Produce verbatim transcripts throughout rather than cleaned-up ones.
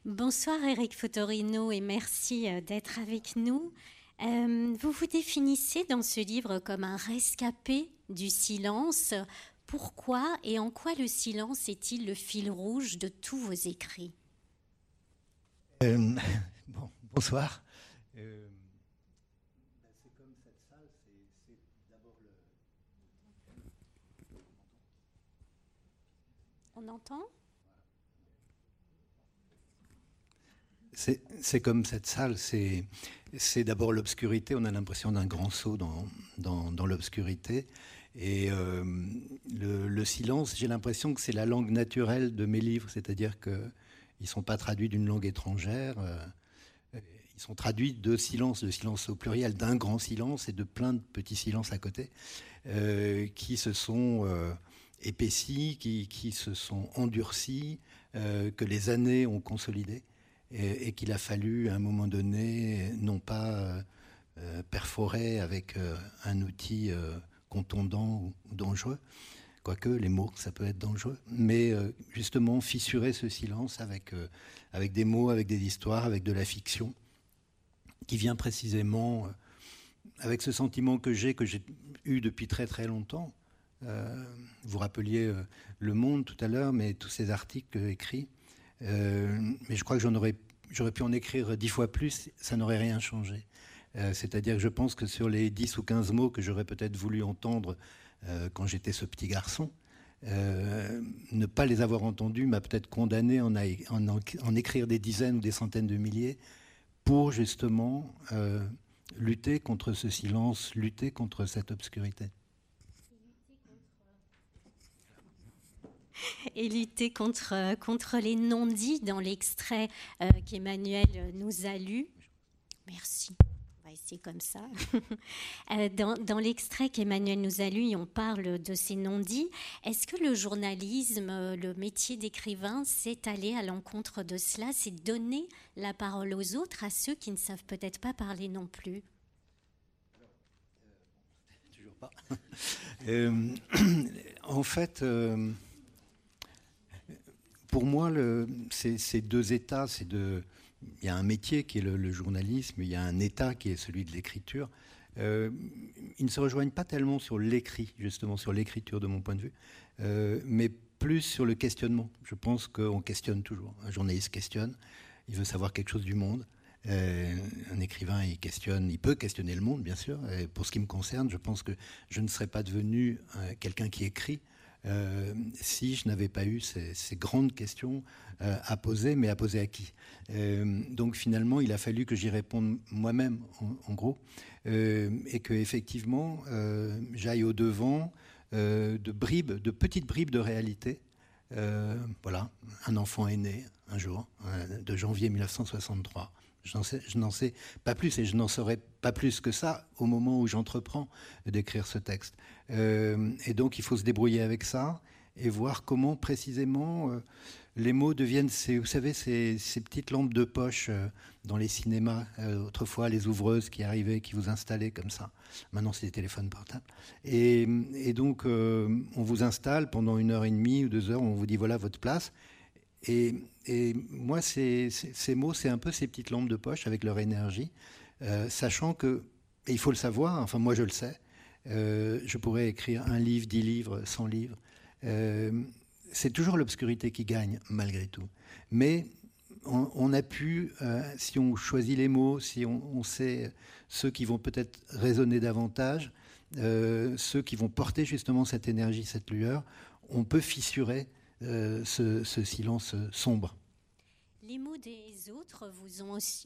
Bonsoir Eric Fotorino et merci euh, d'être avec nous. Euh, vous vous définissez dans ce livre comme un rescapé du silence. Pourquoi et en quoi le silence est-il le fil rouge de tous vos écrits ? euh, bon, Bonsoir. Euh, c'est comme cette salle, c'est, c'est d'abord le... On entend ? C'est, c'est comme cette salle, c'est, c'est d'abord l'obscurité. On a l'impression d'un grand saut dans, dans, dans l'obscurité. Et euh, le, le silence, j'ai l'impression que c'est la langue naturelle de mes livres, c'est-à-dire qu'ils ne sont pas traduits d'une langue étrangère. Euh, ils sont traduits de silence, de silence au pluriel, d'un grand silence et de plein de petits silences à côté, euh, qui se sont euh, épaissis, qui, qui se sont endurcis, euh, que les années ont consolidés. Et, et qu'il a fallu, à un moment donné, non pas euh, perforer avec euh, un outil euh, contondant ou, ou dangereux, quoique les mots, ça peut être dangereux, mais euh, justement fissurer ce silence avec, euh, avec des mots, avec des histoires, avec de la fiction, qui vient précisément euh, avec ce sentiment que j'ai, que j'ai eu depuis très très longtemps. Euh, vous rappeliez euh, Le Monde tout à l'heure, mais tous ces articles écrits, Euh, mais je crois que j'en aurais, j'aurais pu en écrire dix fois plus, ça n'aurait rien changé. Euh, c'est-à-dire que je pense que sur les dix ou quinze mots que j'aurais peut-être voulu entendre euh, quand j'étais ce petit garçon, euh, ne pas les avoir entendus m'a peut-être condamné en, a, en, en écrire des dizaines ou des centaines de milliers pour justement euh, lutter contre ce silence, lutter contre cette obscurité. Et lutter contre, contre les non-dits dans l'extrait euh, qu'Emmanuel nous a lu. Merci. On va essayer comme ça. euh, dans, dans l'extrait qu'Emmanuel nous a lu, on parle de ces non-dits. Est-ce que le journalisme, le métier d'écrivain, c'est aller à l'encontre de cela, c'est donner la parole aux autres, à ceux qui ne savent peut-être pas parler non plus ? Toujours pas. euh, en fait... Euh Pour moi, le, c'est, c'est deux états. C'est de, il y a un métier qui est le, le journalisme, il y a un état qui est celui de l'écriture. Euh, ils ne se rejoignent pas tellement sur l'écrit, justement, sur l'écriture de mon point de vue, euh, mais plus sur le questionnement. Je pense qu'on questionne toujours. Un journaliste questionne, il veut savoir quelque chose du monde. Euh, un écrivain, il questionne, il peut questionner le monde, bien sûr. Et pour ce qui me concerne, je pense que je ne serais pas devenu euh, quelqu'un qui écrit Euh, si je n'avais pas eu ces, ces grandes questions euh, à poser, mais à poser à qui euh, Donc finalement, il a fallu que j'y réponde moi-même, en, en gros, euh, et que effectivement, euh, j'aille au devant euh, de bribes, de petites bribes de réalité. Euh, voilà, un enfant est né un jour, euh, de janvier mille neuf cent soixante-trois. Je n'en, sais, je n'en sais pas plus et je n'en saurais pas plus que ça au moment où j'entreprends d'écrire ce texte. Euh, et donc il faut se débrouiller avec ça et voir comment précisément euh, les mots deviennent, ces, vous savez, ces, ces petites lampes de poche euh, dans les cinémas. Euh, autrefois, les ouvreuses qui arrivaient, qui vous installaient comme ça. Maintenant, c'est des téléphones portables. Et, et donc, euh, on vous installe pendant une heure et demie ou deux heures, on vous dit voilà votre place. Et, et moi, ces, ces, ces mots, c'est un peu ces petites lampes de poche avec leur énergie, euh, sachant que, et il faut le savoir, enfin moi je le sais, euh, je pourrais écrire un livre, dix livres, cent livres. Euh, c'est toujours l'obscurité qui gagne, malgré tout. Mais on, on a pu, euh, si on choisit les mots, si on, on sait ceux qui vont peut-être résonner davantage, euh, ceux qui vont porter justement cette énergie, cette lueur, on peut fissurer Euh, ce, ce silence sombre. Les mots des autres vous ont aussi...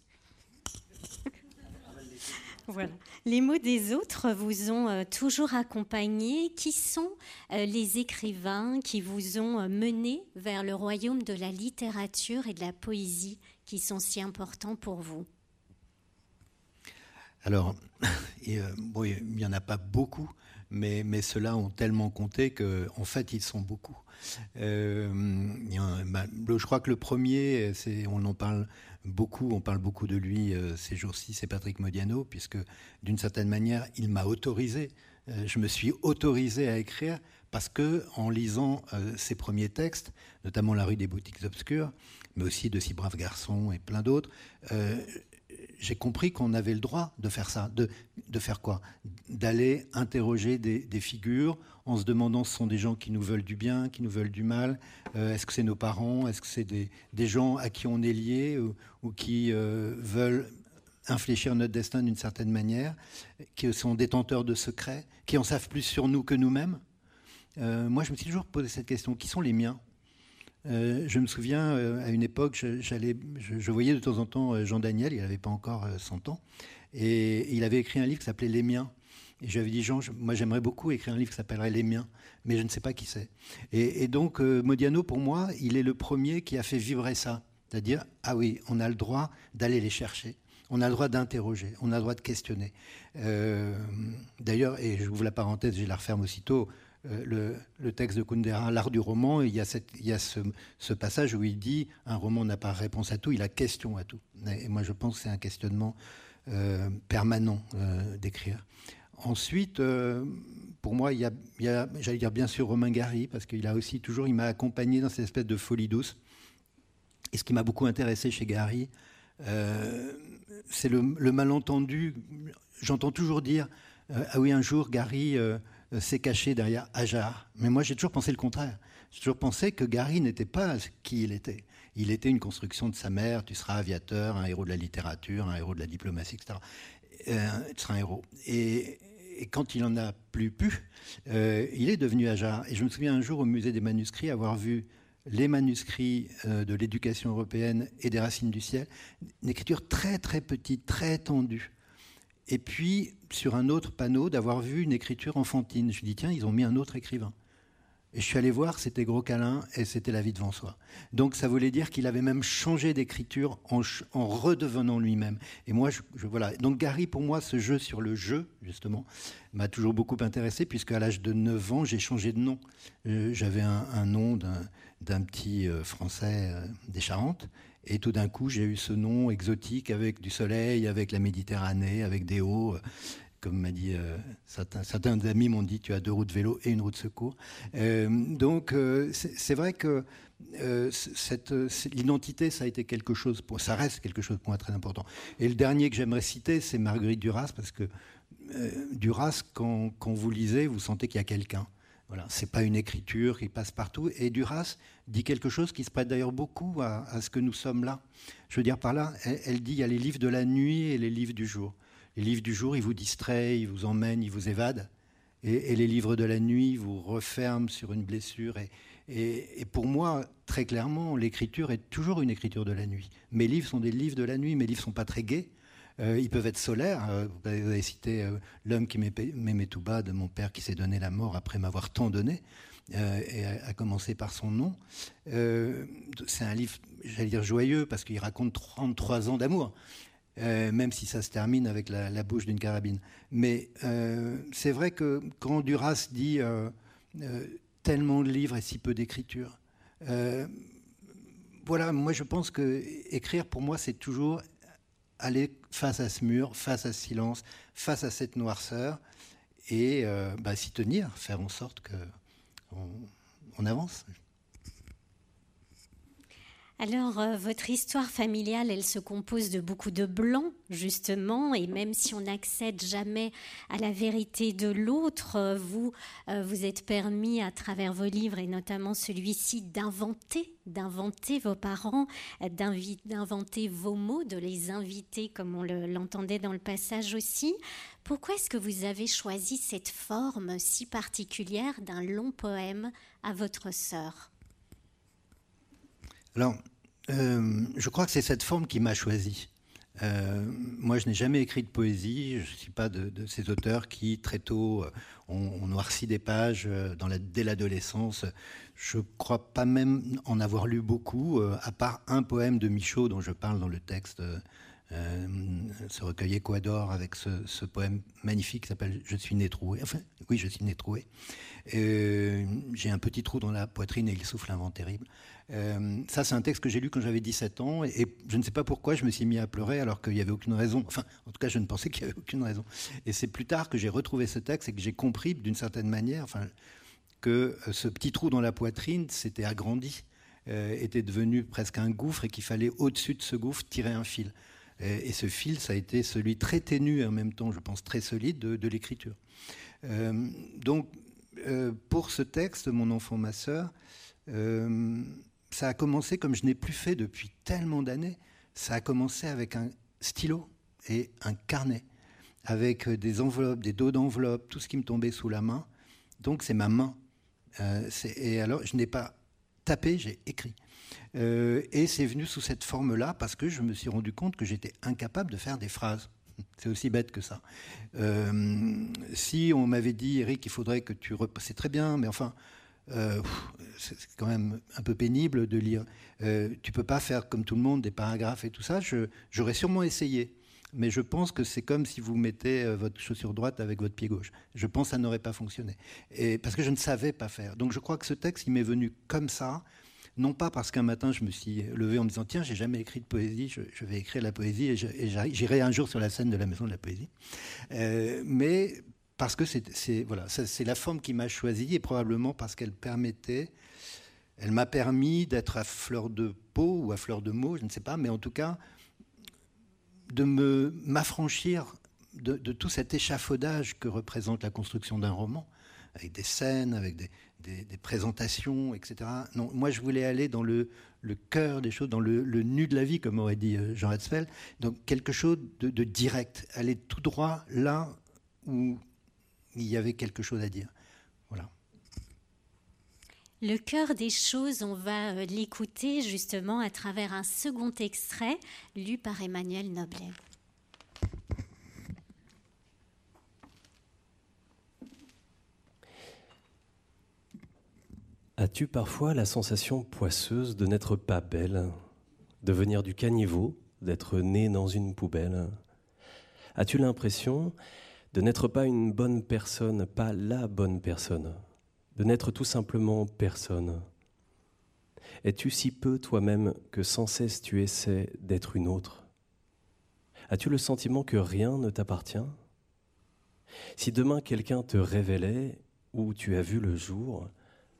voilà. Les mots des autres vous ont euh, toujours accompagné. Qui sont euh, les écrivains qui vous ont euh, mené vers le royaume de la littérature et de la poésie qui sont si importants pour vous ? Alors, et, euh, bon, il n'y en a pas beaucoup, mais, mais ceux-là ont tellement compté qu'en fait, ils sont beaucoup. Euh, a, bah, je crois que le premier, c'est, on en parle beaucoup, on parle beaucoup de lui euh, ces jours-ci, c'est Patrick Modiano, puisque d'une certaine manière, il m'a autorisé, euh, je me suis autorisé à écrire Parce que en lisant euh, ses premiers textes, notamment La rue des boutiques obscures, mais aussi De si braves garçons et plein d'autres, euh, j'ai compris qu'on avait le droit de faire ça. De, de faire quoi? D'aller interroger des, des figures en se demandant si ce sont des gens qui nous veulent du bien, qui nous veulent du mal. Euh, est-ce que c'est nos parents? Est-ce que c'est des, des gens à qui on est lié ou, ou qui euh, veulent infléchir notre destin d'une certaine manière, qui sont détenteurs de secrets, qui en savent plus sur nous que nous-mêmes? euh, Moi, je me suis toujours posé cette question. Qui sont les miens? Euh, je me souviens, euh, à une époque, je, j'allais, je, je voyais de temps en temps Jean Daniel, il n'avait pas encore euh, cent ans, et, et il avait écrit un livre qui s'appelait Les miens. Et je lui avais dit, Jean, je, moi j'aimerais beaucoup écrire un livre qui s'appellerait Les miens, mais je ne sais pas qui c'est. Et, et donc, euh, Modiano, pour moi, il est le premier qui a fait vibrer ça. C'est-à-dire, ah oui, on a le droit d'aller les chercher. On a le droit d'interroger, on a le droit de questionner. Euh, d'ailleurs, et j'ouvre la parenthèse, je la referme aussitôt, Le, le texte de Kundera, L'art du roman, il y a, cette, il y a ce, ce passage où il dit un roman n'a pas réponse à tout, il a question à tout. Et moi, je pense que c'est un questionnement euh, permanent euh, d'écrire. Ensuite, euh, pour moi, il y a, il y a, j'allais dire bien sûr Romain Gary, parce qu'il a aussi toujours, il m'a accompagné dans cette espèce de folie douce. Et ce qui m'a beaucoup intéressé chez Gary, euh, c'est le, le malentendu. J'entends toujours dire euh, ah oui, un jour, Gary euh, s'est caché derrière Ajar. Mais moi, j'ai toujours pensé le contraire. J'ai toujours pensé que Gary n'était pas qui il était. Il était une construction de sa mère. Tu seras aviateur, un héros de la littérature, un héros de la diplomatie, et cetera. Euh, tu seras un héros. Et, et quand il en a plus pu, euh, il est devenu Ajar. Et je me souviens un jour au musée des manuscrits avoir vu les manuscrits euh, de l'éducation européenne et des Racines du ciel, une écriture très très petite, très tendue. Et puis, sur un autre panneau, d'avoir vu une écriture enfantine. Je me dis, tiens, ils ont mis un autre écrivain. Et je suis allé voir, c'était Gros Câlin et c'était La vie devant soi. Donc, ça voulait dire qu'il avait même changé d'écriture en, en redevenant lui-même. Et moi, je, je, voilà. Donc, Gary, pour moi, ce jeu sur le jeu, justement, m'a toujours beaucoup intéressé, puisque à l'âge de neuf ans, j'ai changé de nom. Euh, j'avais un, un nom d'un, d'un petit euh, Français euh, des Charentes. Et tout d'un coup, j'ai eu ce nom exotique avec du soleil, avec la Méditerranée, avec des hauts. Comme m'a dit euh, certains, certains amis m'ont dit, tu as deux roues de vélo et une roue de secours. Euh, donc, euh, c'est, c'est vrai que euh, cette, l'identité, ça a été quelque chose, pour, ça reste quelque chose pour moi très important. Et le dernier que j'aimerais citer, c'est Marguerite Duras, parce que euh, Duras, quand, quand vous lisez, vous sentez qu'il y a quelqu'un. Voilà, c'est pas une écriture qui passe partout. Et Duras dit quelque chose qui se prête d'ailleurs beaucoup à, à ce que nous sommes là. Je veux dire par là, elle, elle dit il y a les livres de la nuit et les livres du jour. Les livres du jour, ils vous distraient, ils vous emmènent, ils vous évadent. Et, et les livres de la nuit vous referment sur une blessure. Et, et, et pour moi, très clairement, l'écriture est toujours une écriture de la nuit. Mes livres sont des livres de la nuit. Mes livres ne sont pas très gais. Euh, ils peuvent être solaires. Euh, vous avez cité euh, L'homme qui m'aimait tout bas de mon père qui s'est donné la mort après m'avoir tant donné, euh, et à, à commencer par son nom. Euh, c'est un livre, j'allais dire joyeux, parce qu'il raconte trente-trois ans d'amour, euh, même si ça se termine avec la, la bouche d'une carabine. Mais euh, c'est vrai que quand Duras dit euh, euh, tellement de livres et si peu d'écriture, euh, voilà, moi je pense que écrire pour moi c'est toujours aller face à ce mur, face à ce silence, face à cette noirceur, et euh, bah, s'y tenir, faire en sorte qu'on on avance. Alors, euh, votre histoire familiale, elle se compose de beaucoup de blancs, justement, et même si on n'accède jamais à la vérité de l'autre, euh, vous euh, vous êtes permis, à travers vos livres, et notamment celui-ci, d'inventer, d'inventer vos parents, euh, d'inventer vos mots, de les inviter, comme on le, l'entendait dans le passage aussi. Pourquoi est-ce que vous avez choisi cette forme si particulière d'un long poème à votre sœur ? Alors, euh, je crois que c'est cette forme qui m'a choisi. Euh, moi, je n'ai jamais écrit de poésie. Je ne suis pas de, de ces auteurs qui, très tôt, ont, ont noirci des pages dans la, dès l'adolescence. Je ne crois pas même en avoir lu beaucoup, euh, à part un poème de Michaud dont je parle dans le texte, euh, ce recueil Équador, avec ce, ce poème magnifique qui s'appelle « Je suis né troué ». Enfin, oui, je suis né troué. Euh, j'ai un petit trou dans la poitrine et il souffle un vent terrible. Euh, ça, c'est un texte que j'ai lu quand j'avais dix-sept ans, et, et je ne sais pas pourquoi je me suis mis à pleurer alors qu'il n'y avait aucune raison. Enfin, en tout cas, je ne pensais qu'il n'y avait aucune raison. Et c'est plus tard que j'ai retrouvé ce texte et que j'ai compris d'une certaine manière, enfin, que ce petit trou dans la poitrine s'était agrandi, euh, était devenu presque un gouffre et qu'il fallait au-dessus de ce gouffre tirer un fil. Et, et ce fil, ça a été celui très ténu et en même temps, je pense, très solide de, de l'écriture. Euh, donc, euh, pour ce texte, Mon enfant, ma sœur, euh, ça a commencé comme je n'ai plus fait depuis tellement d'années. Ça a commencé avec un stylo et un carnet, avec des enveloppes, des dos d'enveloppes, tout ce qui me tombait sous la main. Donc c'est ma main. Euh, c'est, et alors je n'ai pas tapé, j'ai écrit. Euh, et c'est venu sous cette forme-là parce que je me suis rendu compte que j'étais incapable de faire des phrases. C'est aussi bête que ça. Euh, si on m'avait dit, Eric, il faudrait que tu... Rep... C'est très bien, mais enfin... Euh, c'est quand même un peu pénible de lire. Euh, tu peux pas faire comme tout le monde des paragraphes et tout ça. Je, j'aurais sûrement essayé, mais je pense que c'est comme si vous mettez votre chaussure droite avec votre pied gauche. Je pense que ça n'aurait pas fonctionné, et parce que je ne savais pas faire. Donc je crois que ce texte, il m'est venu comme ça, non pas parce qu'un matin je me suis levé en me disant tiens, j'ai jamais écrit de poésie, je, je vais écrire la poésie et, je, et j'irai un jour sur la scène de la Maison de la Poésie, euh, mais parce que c'est, c'est, voilà, c'est la forme qui m'a choisi et probablement parce qu'elle permettait, elle m'a permis d'être à fleur de peau ou à fleur de mots, je ne sais pas, mais en tout cas, de me, m'affranchir de, de tout cet échafaudage que représente la construction d'un roman, avec des scènes, avec des, des, des présentations, et cetera. Non, moi, je voulais aller dans le, le cœur des choses, dans le, le nu de la vie, comme aurait dit Jean Hetzfeld, donc quelque chose de, de direct, aller tout droit là où il y avait quelque chose à dire. Voilà. Le cœur des choses, on va l'écouter justement à travers un second extrait lu par Emmanuel Noblet. As-tu parfois la sensation poisseuse de n'être pas belle, de venir du caniveau, d'être née dans une poubelle ? As-tu l'impression de n'être pas une bonne personne, pas la bonne personne, de n'être tout simplement personne? Es-tu si peu toi-même que sans cesse tu essaies d'être une autre? As-tu le sentiment que rien ne t'appartient? Si demain quelqu'un te révélait où tu as vu le jour,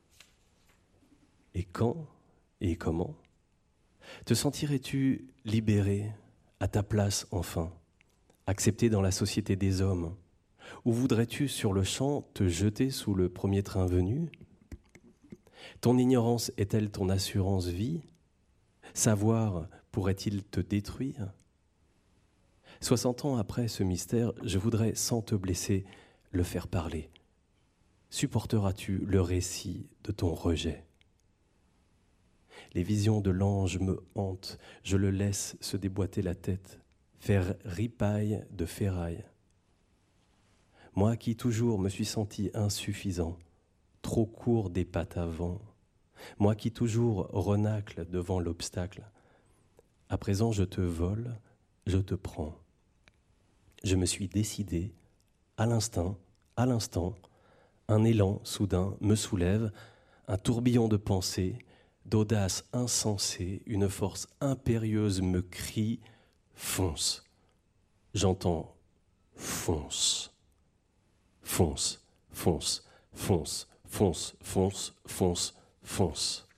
et quand et comment, te sentirais-tu libéré, à ta place enfin, accepté dans la société des hommes? Ou voudrais-tu sur le champ te jeter sous le premier train venu? Ton ignorance est-elle ton assurance vie? Savoir pourrait-il te détruire? Soixante ans après ce mystère, je voudrais, sans te blesser, le faire parler. Supporteras-tu le récit de ton rejet? Les visions de l'ange me hantent, je le laisse se déboîter la tête, faire ripaille de ferraille. Moi qui toujours me suis senti insuffisant, trop court des pattes avant, moi qui toujours renacle devant l'obstacle, à présent je te vole, je te prends. Je me suis décidé, à l'instinct, à l'instant, un élan soudain me soulève, un tourbillon de pensée, d'audace insensée, une force impérieuse me crie « Fonce !» J'entends « Fonce !» Fonce, fonce, fonce, fonce, fonce, fonce, fonce.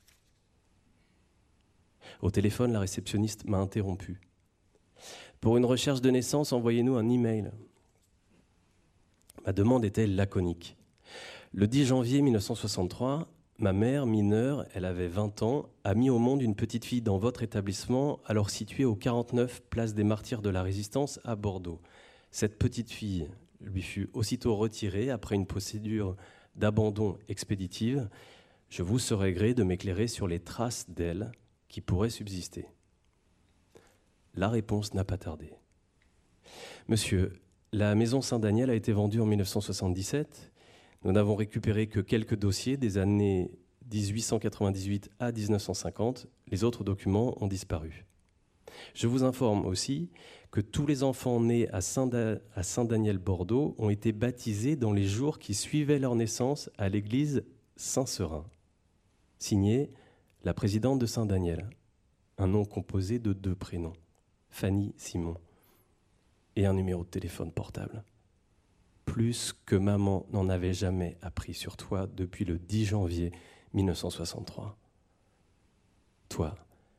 Au téléphone, la réceptionniste m'a interrompu. Pour une recherche de naissance, envoyez-nous un email. Ma demande était laconique. Le dix janvier mille neuf cent soixante-trois, ma mère, mineure, elle avait vingt ans, a mis au monde une petite fille dans votre établissement, alors situé au quarante-neuf place des Martyrs de la Résistance à Bordeaux. Cette petite fille lui fut aussitôt retirée après une procédure d'abandon expéditive. Je vous serai gré de m'éclairer sur les traces d'elle qui pourraient subsister. La réponse n'a pas tardé. Monsieur, la maison Saint-Daniel a été vendue en mille neuf cent soixante-dix-sept. Nous n'avons récupéré que quelques dossiers des années dix-huit cent quatre-vingt-dix-huit à dix-neuf cent cinquante. Les autres documents ont disparu. Je vous informe aussi que tous les enfants nés à Saint-Daniel-Bordeaux ont été baptisés dans les jours qui suivaient leur naissance à l'église Saint-Serin. Signé la présidente de Saint-Daniel, un nom composé de deux prénoms, Fanny Simon, et un numéro de téléphone portable. plus que maman n'en avait jamais appris sur toi depuis le dix janvier mille neuf cent soixante-trois. Toi,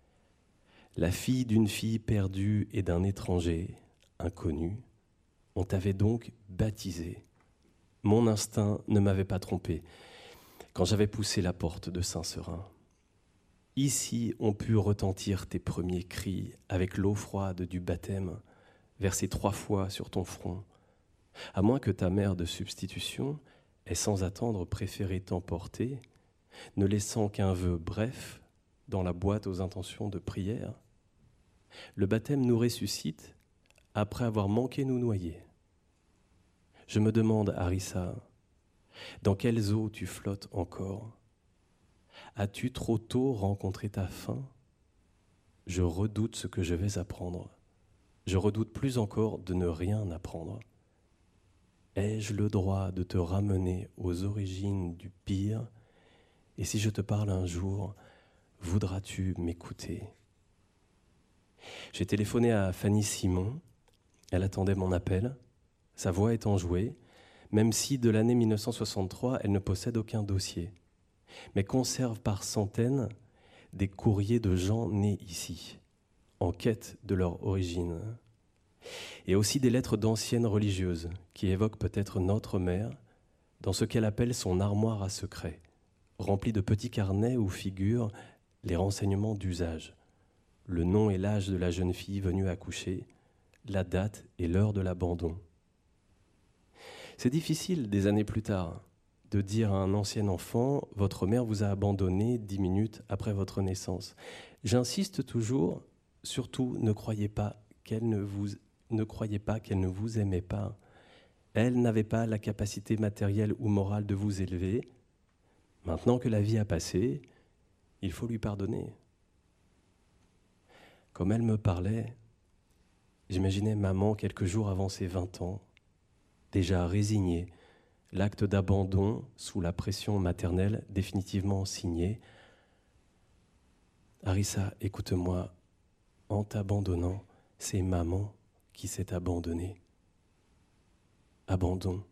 la fille d'une fille perdue et d'un étranger inconnu, on t'avait donc baptisée. Mon instinct ne m'avait pas trompé quand j'avais poussé la porte de Saint-Seurin. Ici ont pu retentir tes premiers cris avec l'eau froide du baptême, versée trois fois sur ton front, à moins que ta mère de substitution ait sans attendre préféré t'emporter, ne laissant qu'un vœu bref dans la boîte aux intentions de prière. Le baptême nous ressuscite après avoir manqué nous noyer. Je me demande, Arissa, dans quelles eaux tu flottes encore? As-tu trop tôt rencontré ta fin? Je redoute ce que je vais apprendre. Je redoute plus encore de ne rien apprendre. Ai-je le droit de te ramener aux origines du pire? Et si je te parle un jour, voudras-tu m'écouter? J'ai téléphoné à Fanny Simon. Elle attendait mon appel. Sa voix est enjouée, même si de l'année mille neuf cent soixante-trois, elle ne possède aucun dossier, mais conserve par centaines des courriers de gens nés ici, en quête de leur origine, et aussi des lettres d'anciennes religieuses qui évoquent peut-être notre mère dans ce qu'elle appelle son armoire à secrets, remplie de petits carnets où figurent les renseignements d'usage, le nom et l'âge de la jeune fille venue accoucher, la date et l'heure de l'abandon. C'est difficile, des années plus tard, de dire à un ancien enfant « Votre mère vous a abandonné dix minutes après votre naissance ». J'insiste toujours, surtout ne croyez pas qu'elle ne vous, ne croyez pas qu'elle ne vous aimait pas. Elle n'avait pas la capacité matérielle ou morale de vous élever. Maintenant que la vie a passé, il faut lui pardonner. Comme elle me parlait, j'imaginais maman quelques jours avant ses vingt ans, déjà résignée, l'acte d'abandon sous la pression maternelle définitivement signé. Arissa, écoute-moi, en t'abandonnant, c'est maman qui s'est abandonnée. Abandon.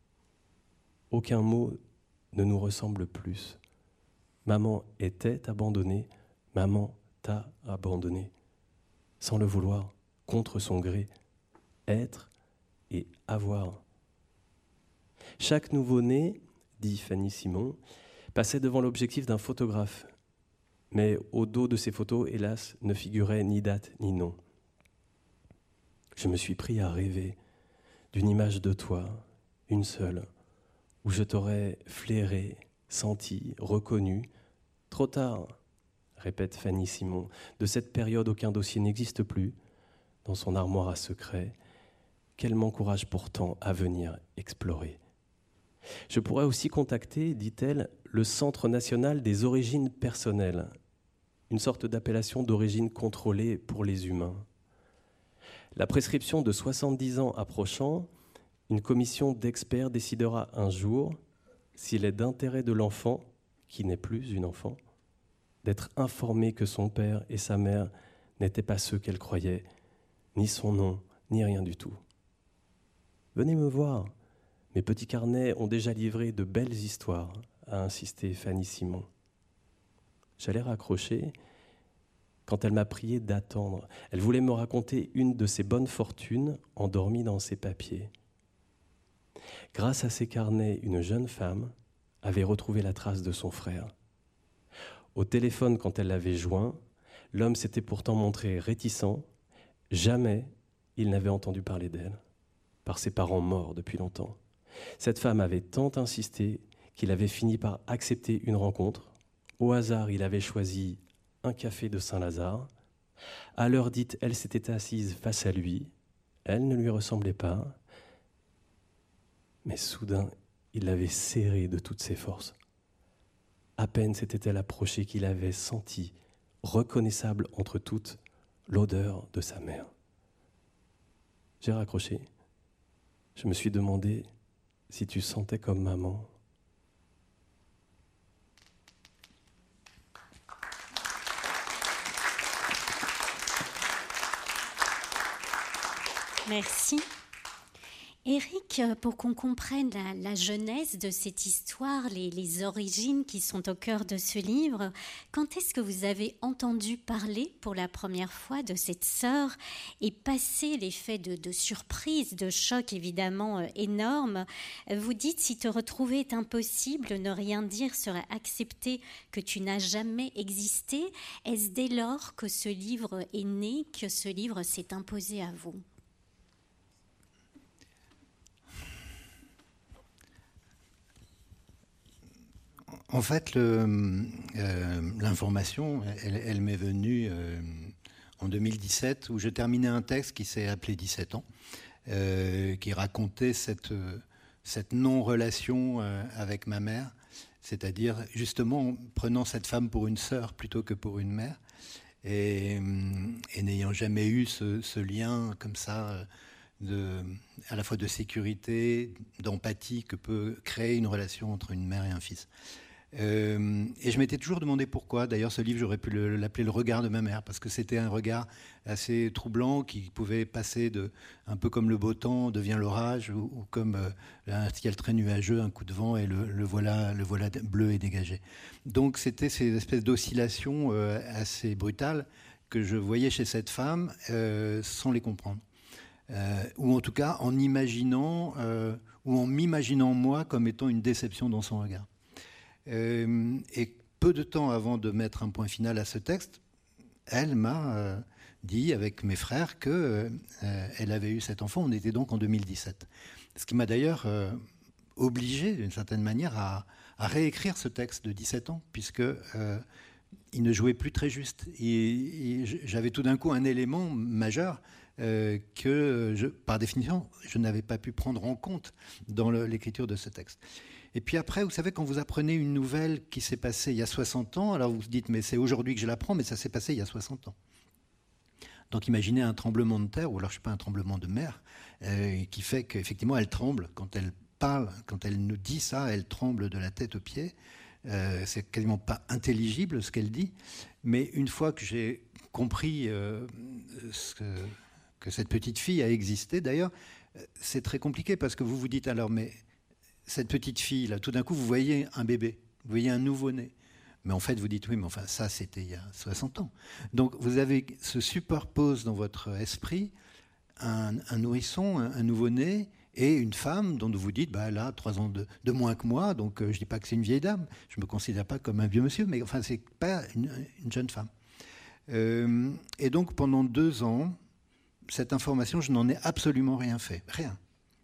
Aucun mot ne nous ressemble plus. Maman était abandonnée, maman t'a abandonné. Sans le vouloir, contre son gré, être et avoir. Chaque nouveau-né, dit Fanny Simon, passait devant l'objectif d'un photographe. Mais au dos de ces photos, hélas, ne figurait ni date ni nom. Je me suis pris à rêver d'une image de toi, une seule, où je t'aurais flairé, senti, reconnu. Trop tard, répète Fanny Simon, de cette période aucun dossier n'existe plus. Dans son armoire à secrets, qu'elle m'encourage pourtant à venir explorer. Je pourrais aussi contacter, dit-elle, le Centre national des origines personnelles, une sorte d'appellation d'origine contrôlée pour les humains. La prescription de soixante-dix ans approchant, une commission d'experts décidera un jour s'il est d'intérêt de l'enfant, qui n'est plus une enfant, d'être informé que son père et sa mère n'étaient pas ceux qu'elle croyait, ni son nom, ni rien du tout. Venez me voir. Mes petits carnets ont déjà livré de belles histoires, a insisté Fanny Simon. J'allais raccrocher quand elle m'a prié d'attendre. Elle voulait me raconter une de ses bonnes fortunes endormie dans ses papiers. Grâce à ces carnets, une jeune femme avait retrouvé la trace de son frère. Au téléphone, quand elle l'avait joint, l'homme s'était pourtant montré réticent. Jamais il n'avait entendu parler d'elle, par ses parents morts depuis longtemps. Cette femme avait tant insisté qu'il avait fini par accepter une rencontre. Au hasard, il avait choisi un café de Saint-Lazare. À l'heure dite, elle s'était assise face à lui. Elle ne lui ressemblait pas. Mais soudain, il l'avait serrée de toutes ses forces. À peine s'était-elle approchée qu'il avait senti, reconnaissable entre toutes, l'odeur de sa mère. J'ai raccroché. Je me suis demandé si tu sentais comme maman. Merci. Éric, pour qu'on comprenne la, la genèse de cette histoire, les, les origines qui sont au cœur de ce livre, quand est-ce que vous avez entendu parler pour la première fois de cette sœur et passé l'effet de, de surprise, de choc évidemment euh, énorme? Vous dites, si te retrouver est impossible, ne rien dire serait accepter que tu n'as jamais existé. Est-ce dès lors que ce livre est né, que ce livre s'est imposé à vous? En fait, le, euh, l'information, elle, elle m'est venue euh, en deux mille dix-sept, où je terminais un texte qui s'est appelé dix-sept ans, euh, qui racontait cette, cette non-relation euh, avec ma mère, c'est-à-dire justement en prenant cette femme pour une sœur plutôt que pour une mère, et, et n'ayant jamais eu ce, ce lien comme ça, de, à la fois de sécurité, d'empathie que peut créer une relation entre une mère et un fils. Euh, et je m'étais toujours demandé pourquoi. D'ailleurs, ce livre, j'aurais pu le, l'appeler Le regard de ma mère, parce que c'était un regard assez troublant qui pouvait passer de, un peu comme le beau temps devient l'orage, ou, ou comme euh, un ciel très nuageux, un coup de vent, et le, le, voilà, le voilà bleu et dégagé. Donc c'était ces espèces d'oscillations euh, assez brutales que je voyais chez cette femme euh, sans les comprendre. Euh, ou en tout cas en imaginant, euh, ou en m'imaginant moi comme étant une déception dans son regard. Euh, et peu de temps avant de mettre un point final à ce texte, elle m'a euh, dit avec mes frères qu'elle euh, avait eu cet enfant. On était donc en deux mille dix-sept. Ce qui m'a d'ailleurs euh, obligé, d'une certaine manière, à, à réécrire ce texte de dix-sept ans, puisque euh, il ne jouait plus très juste. Et, et j'avais tout d'un coup un élément majeur euh, que, je, par définition, je n'avais pas pu prendre en compte dans le, l'écriture de ce texte. Et puis après, vous savez, quand vous apprenez une nouvelle qui s'est passée il y a soixante ans, alors vous vous dites, mais c'est aujourd'hui que je l'apprends, mais ça s'est passé il y a soixante ans. Donc imaginez un tremblement de terre, ou alors je ne sais pas, un tremblement de mer, euh, qui fait qu'effectivement elle tremble. Quand elle parle, quand elle nous dit ça, elle tremble de la tête aux pieds. Euh, c'est quasiment pas intelligible ce qu'elle dit. Mais une fois que j'ai compris euh, ce que, que cette petite fille a existé, d'ailleurs, c'est très compliqué parce que vous vous dites alors, mais cette petite fille, là, tout d'un coup, vous voyez un bébé, vous voyez un nouveau-né. Mais en fait, vous dites, oui, mais enfin, ça, c'était il y a soixante ans. Donc, vous avez, se superpose dans votre esprit un, un nourrisson, un, un nouveau-né, et une femme dont vous dites, bah, elle a trois ans de, de moins que moi, donc euh, je ne dis pas que c'est une vieille dame, je ne me considère pas comme un vieux monsieur, mais enfin, ce n'est pas une, une jeune femme. Euh, et donc, pendant deux ans, cette information, je n'en ai absolument rien fait, rien.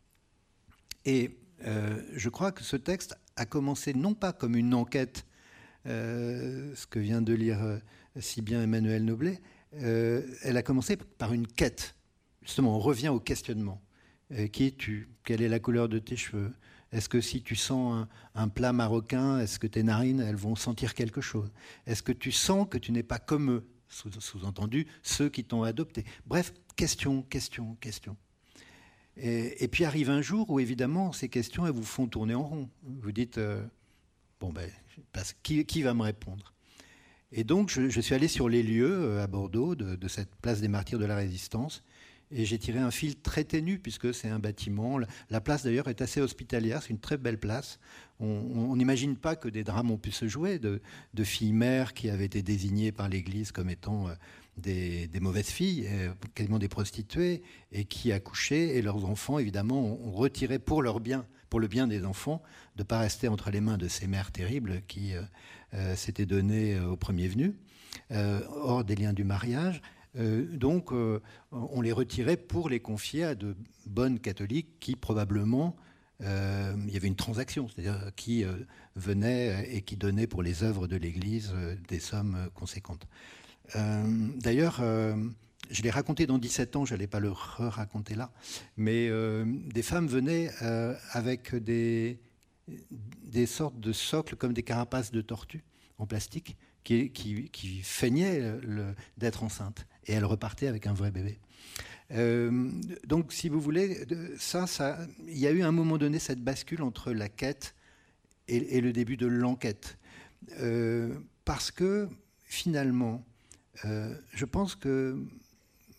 Et Euh, je crois que ce texte a commencé non pas comme une enquête, euh, ce que vient de lire euh, si bien Emmanuel Noblet, euh, elle a commencé par une quête. Justement, on revient au questionnement. Euh, qui es-tu? Quelle est la couleur de tes cheveux? Est-ce que si tu sens un, un plat marocain, est-ce que tes narines, elles vont sentir quelque chose? Est-ce que tu sens que tu n'es pas comme eux? Sous, sous-entendu, ceux qui t'ont adopté. Bref, question, question, question. Et, et puis arrive un jour où, évidemment, ces questions, elles vous font tourner en rond. Vous dites, euh, bon, ben, qui, qui va me répondre? Et donc, je, je suis allé sur les lieux à Bordeaux de, de cette place des Martyrs de la Résistance, et j'ai tiré un fil très ténu, puisque c'est un bâtiment. La place, d'ailleurs, est assez hospitalière, c'est une très belle place. On n'imagine pas que des drames ont pu se jouer, de, de filles mères qui avaient été désignées par l'Église comme étant... Euh, Des, des mauvaises filles, euh, quasiment des prostituées, et qui accouchaient, et leurs enfants, évidemment, ont retiré pour leur bien, pour le bien des enfants, de ne pas rester entre les mains de ces mères terribles qui euh, euh, s'étaient données euh, au premier venu, euh, hors des liens du mariage. Euh, donc, euh, on les retirait pour les confier à de bonnes catholiques qui, probablement, euh, il y avait une transaction, c'est-à-dire qui euh, venaient et qui donnaient pour les œuvres de l'Église euh, des sommes euh, conséquentes. Euh, d'ailleurs, euh, je l'ai raconté dans dix-sept ans, je n'allais pas le re-raconter là, mais euh, des femmes venaient euh, avec des, des sortes de socles comme des carapaces de tortue en plastique qui, qui, qui feignaient le, d'être enceintes, et elles repartaient avec un vrai bébé. Euh, donc, si vous voulez, ça, ça, il y a eu à un moment donné cette bascule entre la quête et, et le début de l'enquête. Euh, parce que, finalement, Euh, je pense que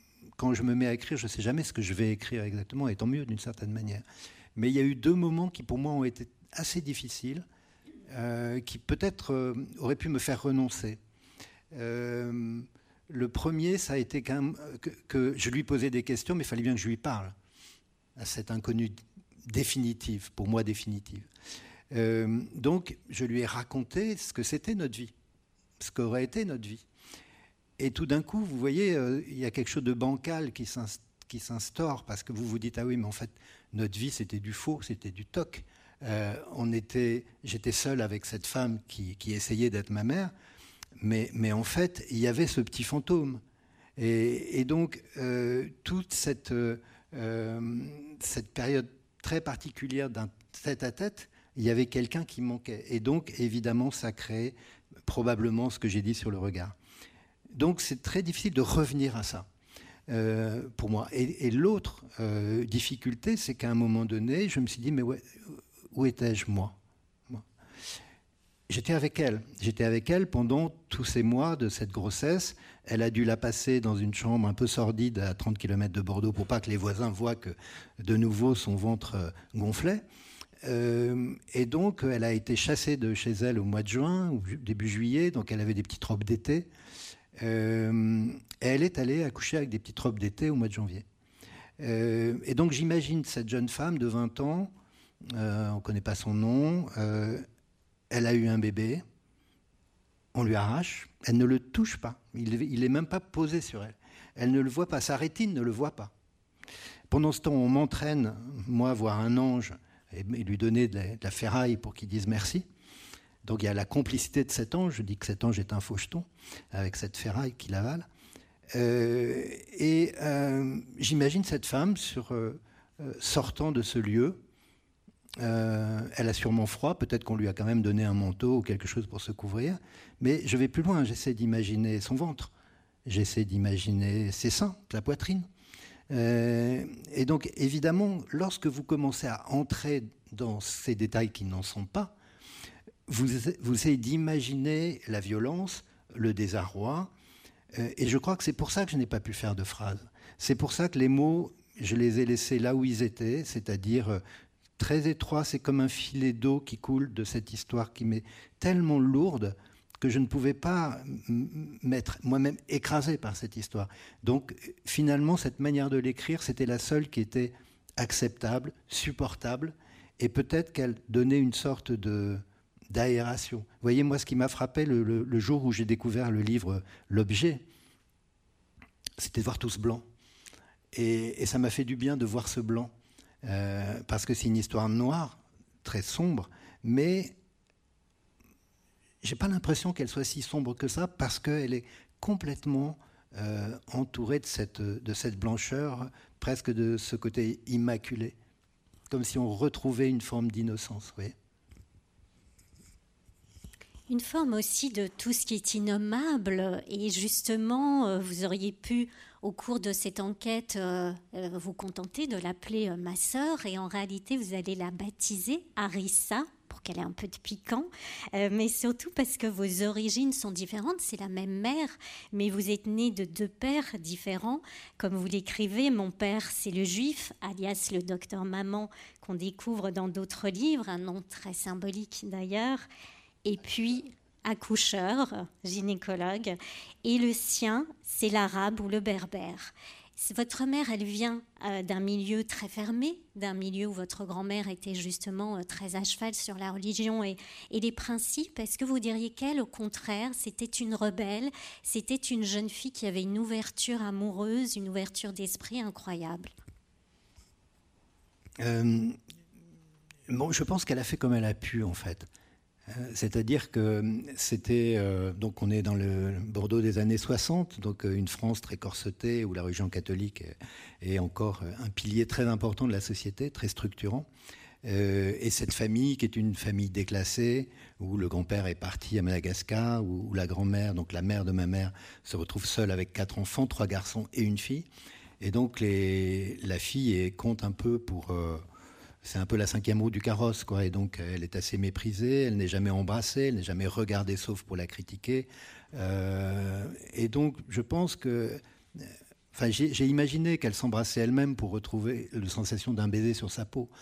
quand je me mets à écrire, je ne sais jamais ce que je vais écrire exactement, et tant mieux d'une certaine manière. Mais il y a eu deux moments qui pour moi ont été assez difficiles, euh, qui peut-être euh, auraient pu me faire renoncer. Euh, le premier, ça a été quand même que, que je lui posais des questions, mais il fallait bien que je lui parle à cette inconnue définitive, pour moi définitive. Euh, donc, je lui ai raconté ce que c'était notre vie, ce qu'aurait été notre vie. Et tout d'un coup, vous voyez, euh, il y a quelque chose de bancal qui s'instaure, parce que vous vous dites, ah oui, mais en fait, notre vie, c'était du faux, c'était du toc. Euh, on était, j'étais seul avec cette femme qui, qui essayait d'être ma mère, mais, mais en fait, il y avait ce petit fantôme. Et, et donc, euh, toute cette, euh, cette période très particulière d'un tête-à-tête, il y avait quelqu'un qui manquait. Et donc, évidemment, ça crée probablement ce que j'ai dit sur le regard. Donc, c'est très difficile de revenir à ça, euh, pour moi. Et, et l'autre euh, difficulté, c'est qu'à un moment donné, je me suis dit, mais ouais, où étais-je, moi, moi J'étais avec elle. J'étais avec elle pendant tous ces mois de cette grossesse. Elle a dû la passer dans une chambre un peu sordide à trente kilomètres de Bordeaux pour pas que les voisins voient que, de nouveau, son ventre gonflait. Euh, et donc, elle a été chassée de chez elle au mois de juin, ou début juillet, donc elle avait des petites robes d'été. Euh, et elle est allée accoucher avec des petites robes d'été au mois de janvier. Euh, et donc, j'imagine cette jeune femme de vingt ans, euh, on ne connaît pas son nom, euh, elle a eu un bébé, on lui arrache, elle ne le touche pas, il n'est même pas posé sur elle. Elle ne le voit pas, sa rétine ne le voit pas. Pendant ce temps, on m'entraîne, moi, voir un ange, et lui donner de la, de la ferraille pour qu'il dise merci. Donc il y a la complicité de cet ange, je dis que cet ange est un faucheton, avec cette ferraille qu'il avale. Euh, et euh, j'imagine cette femme sur, euh, sortant de ce lieu. Euh, elle a sûrement froid, peut-être qu'on lui a quand même donné un manteau ou quelque chose pour se couvrir. Mais je vais plus loin, j'essaie d'imaginer son ventre, j'essaie d'imaginer ses seins, la poitrine. Euh, et donc, évidemment, lorsque vous commencez à entrer dans ces détails qui n'en sont pas, vous, vous essayez d'imaginer la violence, le désarroi. Euh, et je crois que c'est pour ça que je n'ai pas pu faire de phrase. C'est pour ça que les mots, je les ai laissés là où ils étaient, c'est-à-dire euh, très étroits. C'est comme un filet d'eau qui coule de cette histoire qui m'est tellement lourde que je ne pouvais pas m'être moi-même écrasé par cette histoire. Donc, finalement, cette manière de l'écrire, c'était la seule qui était acceptable, supportable, et peut-être qu'elle donnait une sorte de, d'aération. Vous voyez, moi, ce qui m'a frappé le, le, le jour où j'ai découvert le livre « L'objet », c'était de voir tout ce blanc. Et, et ça m'a fait du bien de voir ce blanc, euh, parce que c'est une histoire noire, très sombre, mais j'ai pas l'impression qu'elle soit si sombre que ça, parce qu'elle est complètement euh, entourée de cette, de cette blancheur, presque de ce côté immaculé, comme si on retrouvait une forme d'innocence. Vous voyez ? Une forme aussi de tout ce qui est innommable, et justement, vous auriez pu, au cours de cette enquête, euh, vous contenter de l'appeler euh, ma sœur, et en réalité, vous allez la baptiser Arissa, pour qu'elle ait un peu de piquant, euh, mais surtout parce que vos origines sont différentes. C'est la même mère, mais vous êtes nés de deux pères différents. Comme vous l'écrivez, mon père, c'est le juif, alias le docteur Maman, qu'on découvre dans d'autres livres, un nom très symbolique d'ailleurs, et puis accoucheur, gynécologue, et le sien, c'est l'arabe ou le berbère. Votre mère, elle vient euh, d'un milieu très fermé, d'un milieu où votre grand-mère était justement euh, très à cheval sur la religion et, et les principes. Est-ce que vous diriez qu'elle, au contraire, c'était une rebelle, c'était une jeune fille qui avait une ouverture amoureuse, une ouverture d'esprit incroyable ? euh, bon, je pense qu'elle a fait comme elle a pu, en fait. C'est-à-dire que c'était, euh, donc on est dans le Bordeaux des années soixante, donc une France très corsetée où la religion catholique est encore un pilier très important de la société, très structurant. Euh, et cette famille qui est une famille déclassée, où le grand-père est parti à Madagascar, où, où la grand-mère, donc la mère de ma mère, se retrouve seule avec quatre enfants, trois garçons et une fille. Et donc les, la fille est, compte un peu pour... Euh, c'est un peu la cinquième roue du carrosse, quoi. Et donc, elle est assez méprisée, elle n'est jamais embrassée, elle n'est jamais regardée, sauf pour la critiquer. Euh, et donc, je pense que Enfin, j'ai, j'ai imaginé qu'elle s'embrassait elle-même pour retrouver la sensation d'un baiser sur sa peau.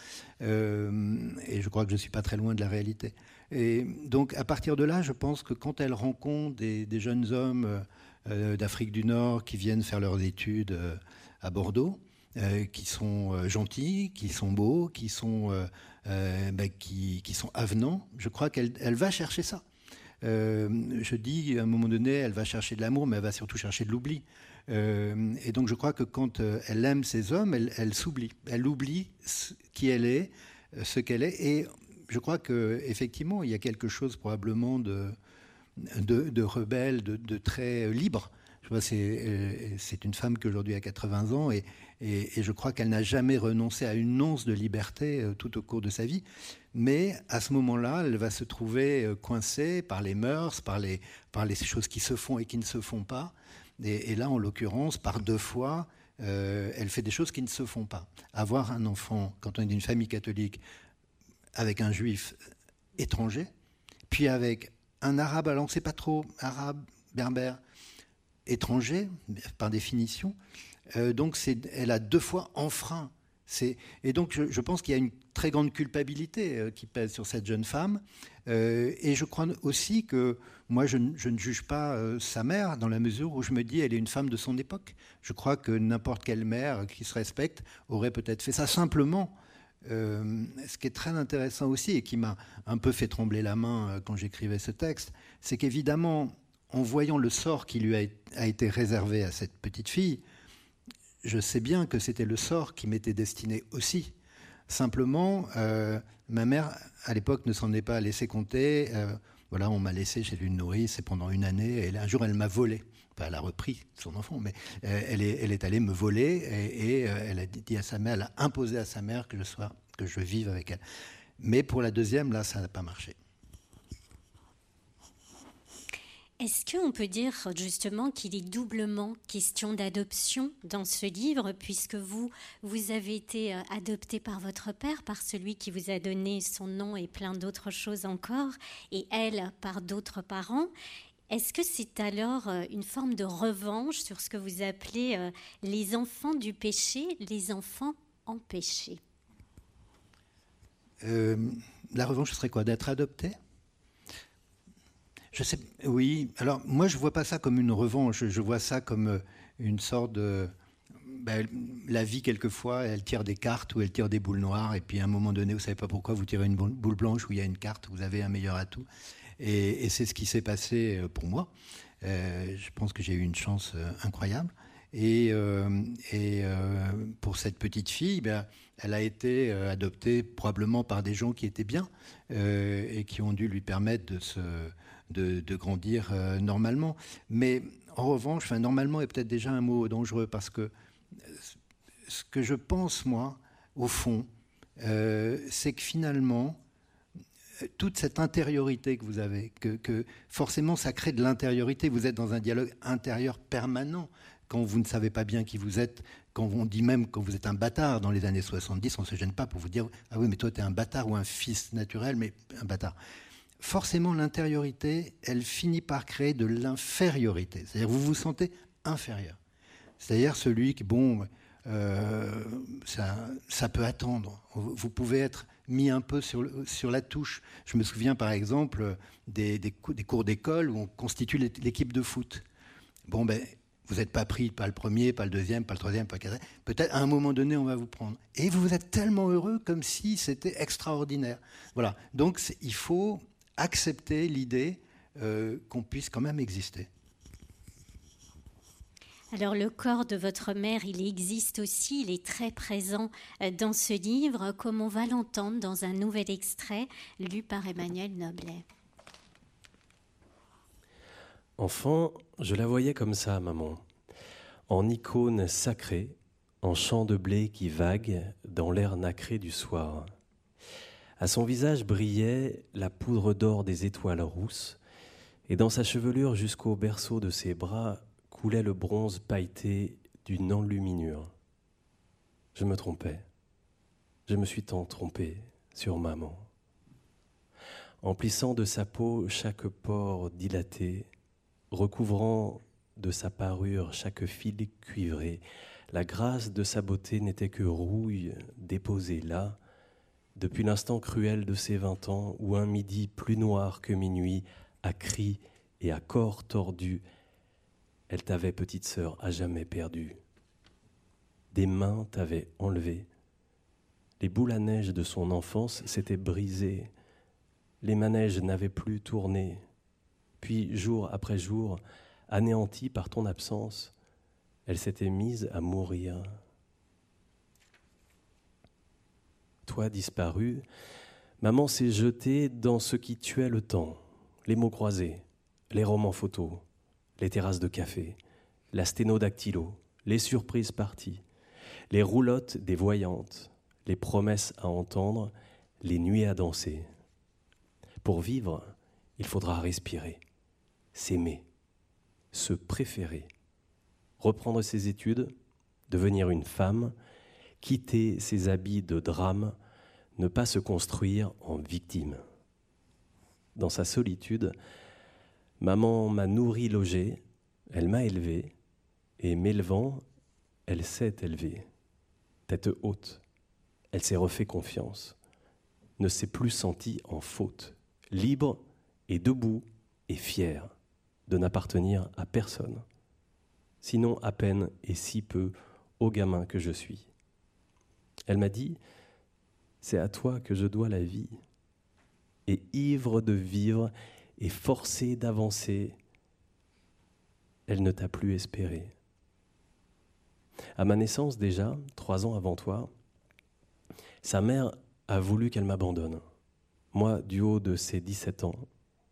Euh, et je crois que je ne suis pas très loin de la réalité. Et donc, à partir de là, je pense que quand elle rencontre des, des jeunes hommes euh, d'Afrique du Nord qui viennent faire leurs études euh, à Bordeaux, euh, qui sont euh, gentils, qui sont beaux, qui sont, euh, euh, bah, qui, qui sont avenants, je crois qu'elle elle va chercher ça. Euh, je dis, à un moment donné, elle va chercher de l'amour, mais elle va surtout chercher de l'oubli. Euh, et donc je crois que quand euh, elle aime ces hommes, elle, elle s'oublie. Elle oublie ce, qui elle est, ce qu'elle est. Et je crois qu'effectivement, il y a quelque chose probablement de, de, de rebelle, de, de très libre. Je vois, c'est, euh, c'est une femme qui aujourd'hui a quatre-vingts ans et, et, et je crois qu'elle n'a jamais renoncé à une once de liberté euh, tout au cours de sa vie. Mais à ce moment-là, elle va se trouver euh, coincée par les mœurs, par les, par les choses qui se font et qui ne se font pas. Et, et là, en l'occurrence, par deux fois, euh, elle fait des choses qui ne se font pas. Avoir un enfant, quand on est d'une famille catholique, avec un juif étranger, puis avec un arabe, alors on ne sait pas trop, arabe, berbère, étranger, par définition. Euh, donc, c'est, elle a deux fois enfreint. C'est, et donc, je, je pense qu'il y a une très grande culpabilité euh, qui pèse sur cette jeune femme. Euh, et je crois aussi que moi, je, je ne juge pas euh, sa mère dans la mesure où je me dis elle est une femme de son époque. Je crois que n'importe quelle mère qui se respecte aurait peut-être fait ça simplement. Euh, ce qui est très intéressant aussi et qui m'a un peu fait trembler la main euh, quand j'écrivais ce texte, c'est qu'évidemment, en voyant le sort qui lui a, a été réservé à cette petite fille, je sais bien que c'était le sort qui m'était destiné aussi. Simplement, euh, ma mère, à l'époque, ne s'en est pas laissé compter. Euh, voilà, on m'a laissé chez une nourrice et pendant une année, et un jour, elle m'a volé. Enfin, elle a repris son enfant, mais euh, elle, est, elle est allée me voler et, et euh, elle a dit à sa mère, elle a imposé à sa mère que je sois, que je vive avec elle. Mais pour la deuxième, là, ça n'a pas marché. Est-ce qu'on peut dire justement qu'il est doublement question d'adoption dans ce livre, puisque vous, vous avez été adopté par votre père, par celui qui vous a donné son nom et plein d'autres choses encore, et elle par d'autres parents. Est-ce que c'est alors une forme de revanche sur ce que vous appelez les enfants du péché, les enfants en péché ? euh, La revanche, ce serait quoi ? D'être adopté ? Je sais, oui. Alors, moi, je ne vois pas ça comme une revanche. Je vois ça comme une sorte de... Ben, la vie, quelquefois, elle tire des cartes ou elle tire des boules noires. Et puis, à un moment donné, vous ne savez pas pourquoi, vous tirez une boule blanche où il y a une carte, vous avez un meilleur atout. Et, et c'est ce qui s'est passé pour moi. Euh, je pense que j'ai eu une chance incroyable. Et, euh, et euh, pour cette petite fille, ben, elle a été adoptée probablement par des gens qui étaient bien euh, et qui ont dû lui permettre de se... De, de grandir euh, normalement. Mais en revanche, enfin, normalement est peut-être déjà un mot dangereux parce que ce que je pense, moi, au fond, euh, c'est que finalement, toute cette intériorité que vous avez, que, que forcément ça crée de l'intériorité, vous êtes dans un dialogue intérieur permanent quand vous ne savez pas bien qui vous êtes, quand on dit même que vous êtes un bâtard dans les années soixante-dix, on ne se gêne pas pour vous dire « Ah oui, mais toi, tu es un bâtard ou un fils naturel, mais un bâtard ». Forcément, l'intériorité, elle finit par créer de l'infériorité. C'est-à-dire que vous vous sentez inférieur. C'est-à-dire celui qui, bon, euh, ça, ça peut attendre. Vous pouvez être mis un peu sur, sur la touche. Je me souviens, par exemple, des, des, des cours d'école où on constitue l'équipe de foot. Bon, ben, vous n'êtes pas pris, pas le premier, pas le deuxième, pas le troisième, pas le quatrième. Peut-être, à un moment donné, on va vous prendre. Et vous êtes tellement heureux comme si c'était extraordinaire. Voilà. Donc, il faut... accepter l'idée euh, qu'on puisse quand même exister. Alors le corps de votre mère, il existe aussi, il est très présent dans ce livre, comme on va l'entendre dans un nouvel extrait lu par Emmanuel Noblet. Enfant, je la voyais comme ça, maman, en icône sacrée, en champ de blé qui vague dans l'air nacré du soir. À son visage brillait la poudre d'or des étoiles rousses, et dans sa chevelure jusqu'au berceau de ses bras coulait le bronze pailleté d'une enluminure. Je me trompais. Je me suis tant trompé sur maman. Emplissant de sa peau chaque pore dilaté, recouvrant de sa parure, chaque fil cuivré. La grâce de sa beauté n'était que rouille déposée là, depuis l'instant cruel de ses vingt ans, où un midi plus noir que minuit, à cris et à corps tordus, elle t'avait, petite sœur, à jamais perdue. Des mains t'avaient enlevé. Les boules à neige de son enfance s'étaient brisées. Les manèges n'avaient plus tourné. Puis, jour après jour, anéantie par ton absence, elle s'était mise à mourir. Toi disparu, maman s'est jetée dans ce qui tuait le temps, les mots croisés, les romans photos, les terrasses de café, la sténodactylo, les surprises parties, les roulottes des voyantes, les promesses à entendre, les nuits à danser. Pour vivre, il faudra respirer, s'aimer, se préférer, reprendre ses études, devenir une femme, quitter ses habits de drame, ne pas se construire en victime. Dans sa solitude, maman m'a nourri, logé, elle m'a élevé, et m'élevant, elle s'est élevée. Tête haute, elle s'est refait confiance, ne s'est plus sentie en faute, libre et debout et fière de n'appartenir à personne, sinon à peine et si peu au gamin que je suis. Elle m'a dit, c'est à toi que je dois la vie. Et ivre de vivre et forcée d'avancer, elle ne t'a plus espéré. À ma naissance déjà, trois ans avant toi, sa mère a voulu qu'elle m'abandonne. Moi, du haut de ses dix-sept ans,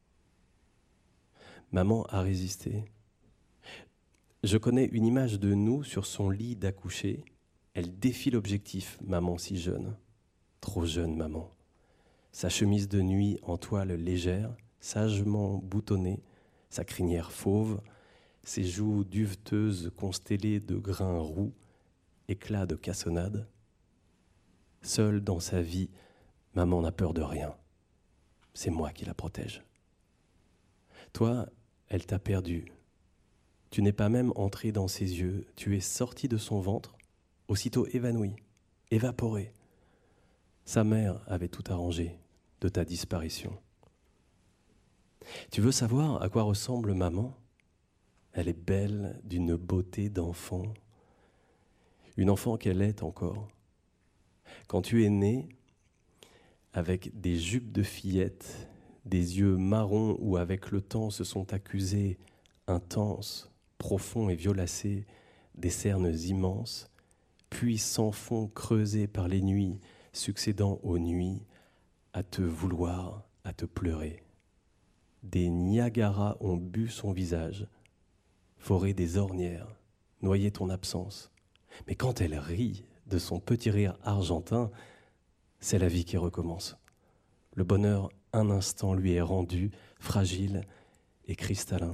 maman a résisté. Je connais une image de nous sur son lit d'accoucher. Elle défie l'objectif, maman si jeune. Trop jeune, maman. Sa chemise de nuit en toile légère, sagement boutonnée, sa crinière fauve, ses joues duveteuses constellées de grains roux, éclats de cassonade. Seule dans sa vie, maman n'a peur de rien. C'est moi qui la protège. Toi, elle t'a perdu. Tu n'es pas même entré dans ses yeux, tu es sorti de son ventre, aussitôt évanoui, évaporé. Sa mère avait tout arrangé de ta disparition. Tu veux savoir à quoi ressemble maman ? Elle est belle d'une beauté d'enfant, une enfant qu'elle est encore. Quand tu es né, avec des jupes de fillette, des yeux marrons où avec le temps se sont accusés, intenses, profonds et violacés, des cernes immenses, puis sans fond creusés par les nuits, succédant aux nuits, à te vouloir, à te pleurer. Des Niagaras ont bu son visage, foré des ornières, noyé ton absence. Mais quand elle rit de son petit rire argentin, c'est la vie qui recommence. Le bonheur, un instant, lui est rendu, fragile et cristallin.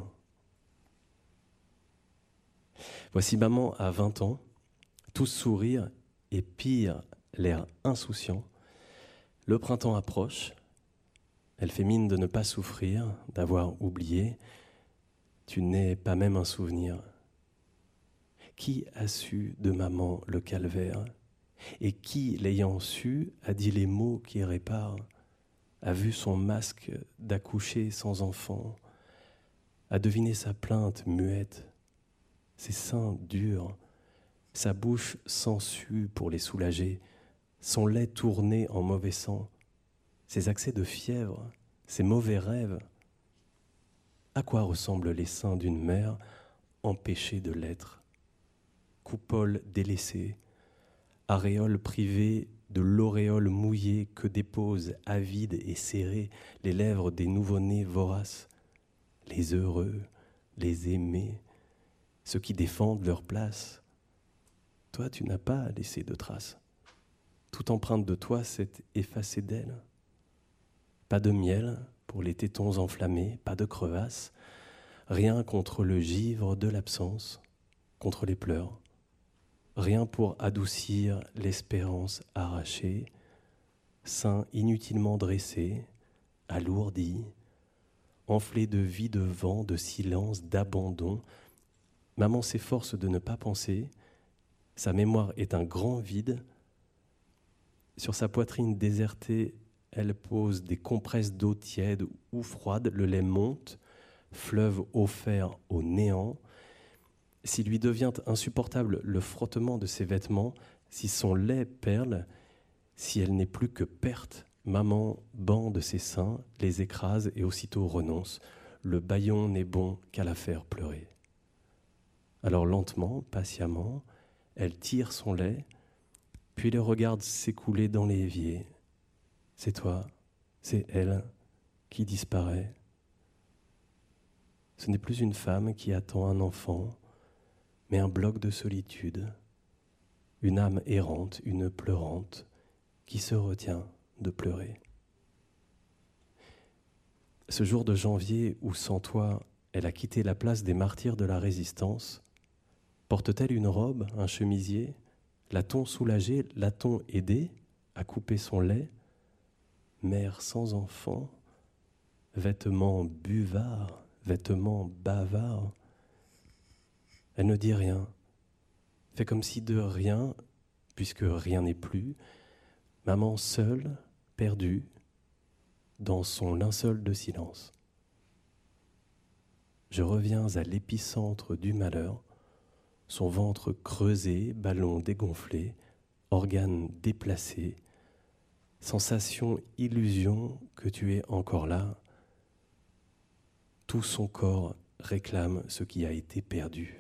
Voici maman à vingt ans, tous sourire et pire, l'air insouciant. Le printemps approche, elle fait mine de ne pas souffrir, d'avoir oublié. Tu n'es pas même un souvenir. Qui a su de maman le calvaire ? Et qui, l'ayant su, a dit les mots qui réparent, a vu son masque d'accoucher sans enfant, a deviné sa plainte muette, ses seins durs, sa bouche sangsue pour les soulager, son lait tourné en mauvais sang, ses accès de fièvre, ses mauvais rêves. À quoi ressemblent les seins d'une mère empêchée de l'être ? Coupole délaissée, aréole privée de l'auréole mouillée que déposent, avides et serrées, les lèvres des nouveau-nés voraces, les heureux, les aimés, ceux qui défendent leur place. Toi, tu n'as pas laissé de traces. Toute empreinte de toi s'est effacée d'elle. Pas de miel pour les tétons enflammés, pas de crevasses, rien contre le givre de l'absence, contre les pleurs. Rien pour adoucir l'espérance arrachée, sein inutilement dressé, alourdi, enflé de vie, de vent, de silence, d'abandon, Maman s'efforce de ne pas penser. Sa mémoire est un grand vide. Sur sa poitrine désertée, elle pose des compresses d'eau tiède ou froide. Le lait monte, fleuve offert au néant. S'il lui devient insupportable le frottement de ses vêtements, si son lait perle, si elle n'est plus que perte, maman bande ses seins, les écrase et aussitôt renonce. Le bâillon n'est bon qu'à la faire pleurer. Alors lentement, patiemment, elle tire son lait, puis le regarde s'écouler dans l'évier. C'est toi, c'est elle qui disparaît. Ce n'est plus une femme qui attend un enfant, mais un bloc de solitude, une âme errante, une pleurante, qui se retient de pleurer. Ce jour de janvier où, sans toi, elle a quitté la place des martyrs de la résistance, porte-t-elle une robe, un chemisier? L'a-t-on soulagée, l'a-t-on aidée à couper son lait? Mère sans enfant, vêtements buvards, vêtements bavards. Elle ne dit rien, fait comme si de rien, puisque rien n'est plus, maman seule, perdue, dans son linceul de silence. Je reviens à l'épicentre du malheur, son ventre creusé, ballon dégonflé, organe déplacé, sensation, illusion que tu es encore là. Tout son corps réclame ce qui a été perdu.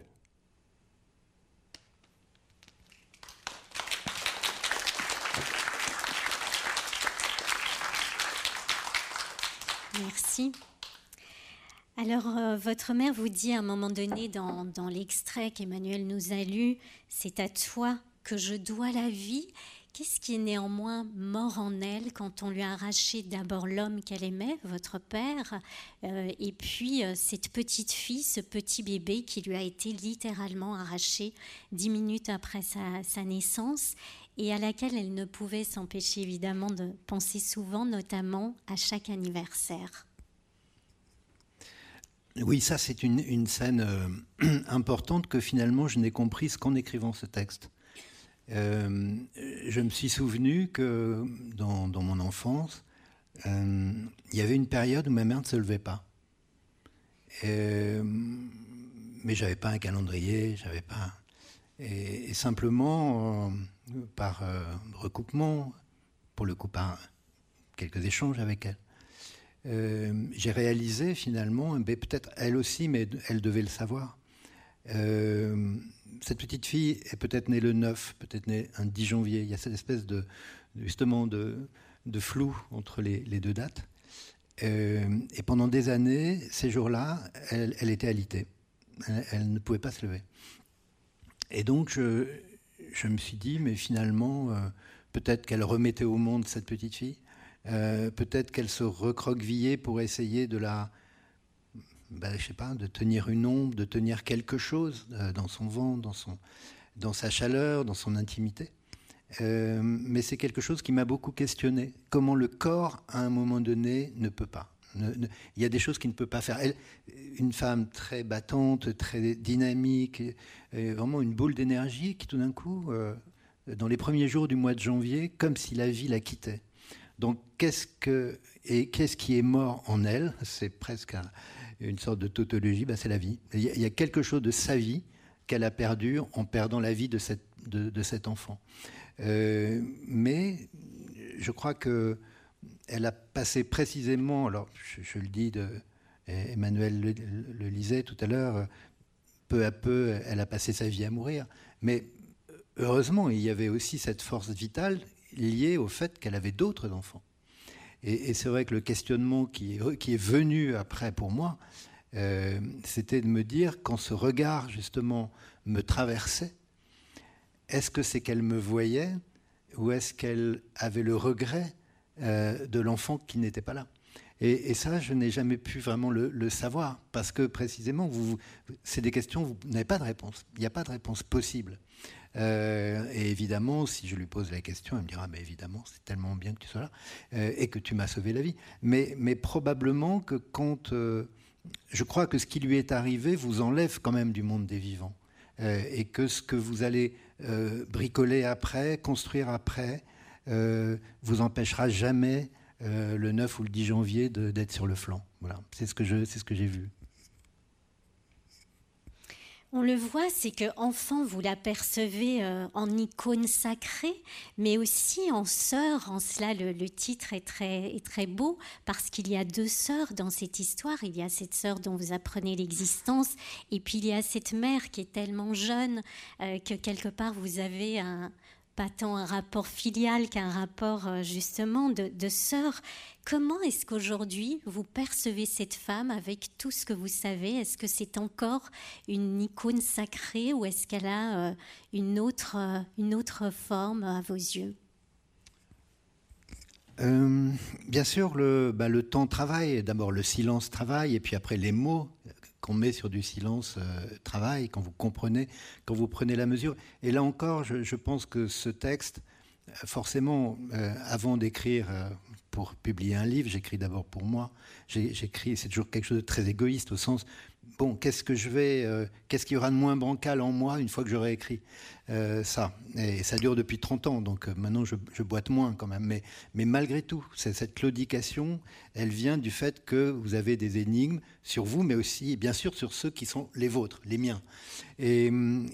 Merci. Alors, euh, votre mère vous dit à un moment donné dans, dans l'extrait qu'Emmanuel nous a lu, « C'est à toi que je dois la vie ». Qu'est-ce qui est néanmoins mort en elle quand on lui a arraché d'abord l'homme qu'elle aimait, votre père, euh, et puis euh, cette petite fille, ce petit bébé qui lui a été littéralement arraché dix minutes après sa, sa naissance et à laquelle elle ne pouvait s'empêcher évidemment de penser souvent, notamment à chaque anniversaire. Oui, ça c'est une, une scène euh, importante que finalement je n'ai comprise qu'en écrivant ce texte. Euh, je me suis souvenu que dans, dans mon enfance, euh, il y avait une période où ma mère ne se levait pas. Et, mais j'avais pas un calendrier, j'avais pas. Et, et simplement, euh, par euh, recoupement, pour le coup par quelques échanges avec elle, euh, j'ai réalisé finalement, ben, peut-être elle aussi, mais elle devait le savoir. Euh, cette petite fille est peut-être née le neuf, peut-être née un dix janvier. Il y a cette espèce de, justement de, de flou entre les, les deux dates. Euh, et pendant des années, ces jours-là, elle, elle était alitée. Elle, elle ne pouvait pas se lever. Et donc, je, je me suis dit, mais finalement, euh, peut-être qu'elle remettait au monde cette petite fille. Euh, peut-être qu'elle se recroquevillait pour essayer de la... Ben, je sais pas, de tenir une ombre, de tenir quelque chose euh, dans son ventre, dans, son, dans sa chaleur, dans son intimité. Euh, mais c'est quelque chose qui m'a beaucoup questionné. Comment le corps, à un moment donné, ne peut pas. Ne, ne, il y a des choses qu'il ne peut pas faire. Elle, une femme très battante, très dynamique, euh, vraiment une boule d'énergie qui tout d'un coup, euh, dans les premiers jours du mois de janvier, comme si la vie la quittait. Donc qu'est-ce que, et qu'est-ce qui est mort en elle? C'est presque un... une sorte de tautologie, ben c'est la vie. Il y a quelque chose de sa vie qu'elle a perdu en perdant la vie de, cette, de, de cet enfant. Euh, mais je crois qu'elle a passé précisément, alors je, je le dis, de, Emmanuel le, le lisait tout à l'heure, peu à peu, elle a passé sa vie à mourir. Mais heureusement, il y avait aussi cette force vitale liée au fait qu'elle avait d'autres enfants. Et, et c'est vrai que le questionnement qui est, qui est venu après pour moi, euh, c'était de me dire, quand ce regard justement me traversait, est-ce que c'est qu'elle me voyait ou est-ce qu'elle avait le regret euh, de l'enfant qui n'était pas là? et, et ça, je n'ai jamais pu vraiment le, le savoir, parce que précisément, vous, c'est des questions, vous n'avez pas de réponse. Il n'y a pas de réponse possible. Euh, et évidemment, si je lui pose la question, elle me dira, mais évidemment, c'est tellement bien que tu sois là euh, et que tu m'as sauvé la vie. Mais, mais probablement que quand, euh, je crois que ce qui lui est arrivé vous enlève quand même du monde des vivants. Euh, et que ce que vous allez euh, bricoler après, construire après, euh, vous empêchera jamais euh, le neuf ou le dix janvier de, d'être sur le flanc. Voilà, c'est ce que je, c'est ce que j'ai vu. On le voit, c'est que enfant, vous l'apercevez euh, en icône sacrée, mais aussi en sœur. En cela, le, le titre est très, est très beau, parce qu'il y a deux sœurs dans cette histoire. Il y a cette sœur dont vous apprenez l'existence, et puis il y a cette mère qui est tellement jeune euh, que quelque part vous avez un, pas tant un rapport filial qu'un rapport euh, justement de, de sœur. Comment est-ce qu'aujourd'hui vous percevez cette femme avec tout ce que vous savez? Est-ce que c'est encore une icône sacrée ou est-ce qu'elle a euh, une, autre, euh, une autre forme à vos yeux? euh, Bien sûr, le, bah, le temps travaille. D'abord, le silence travaille, et puis après, les mots qu'on met sur du silence euh, travaillent, quand vous comprenez, quand vous prenez la mesure. Et là encore, je, je pense que ce texte, forcément, euh, avant d'écrire... Euh, pour publier un livre, j'écris d'abord pour moi. J'ai, j'écris, c'est toujours quelque chose de très égoïste au sens, bon, qu'est-ce que je vais, euh, qu'est-ce qu'il y aura de moins bancal en moi une fois que j'aurai écrit euh, ça. Et ça dure depuis trente ans, donc euh, maintenant je, je boite moins quand même. Mais, mais malgré tout, c'est, cette claudication, elle vient du fait que vous avez des énigmes sur vous, mais aussi, bien sûr, sur ceux qui sont les vôtres, les miens. Et,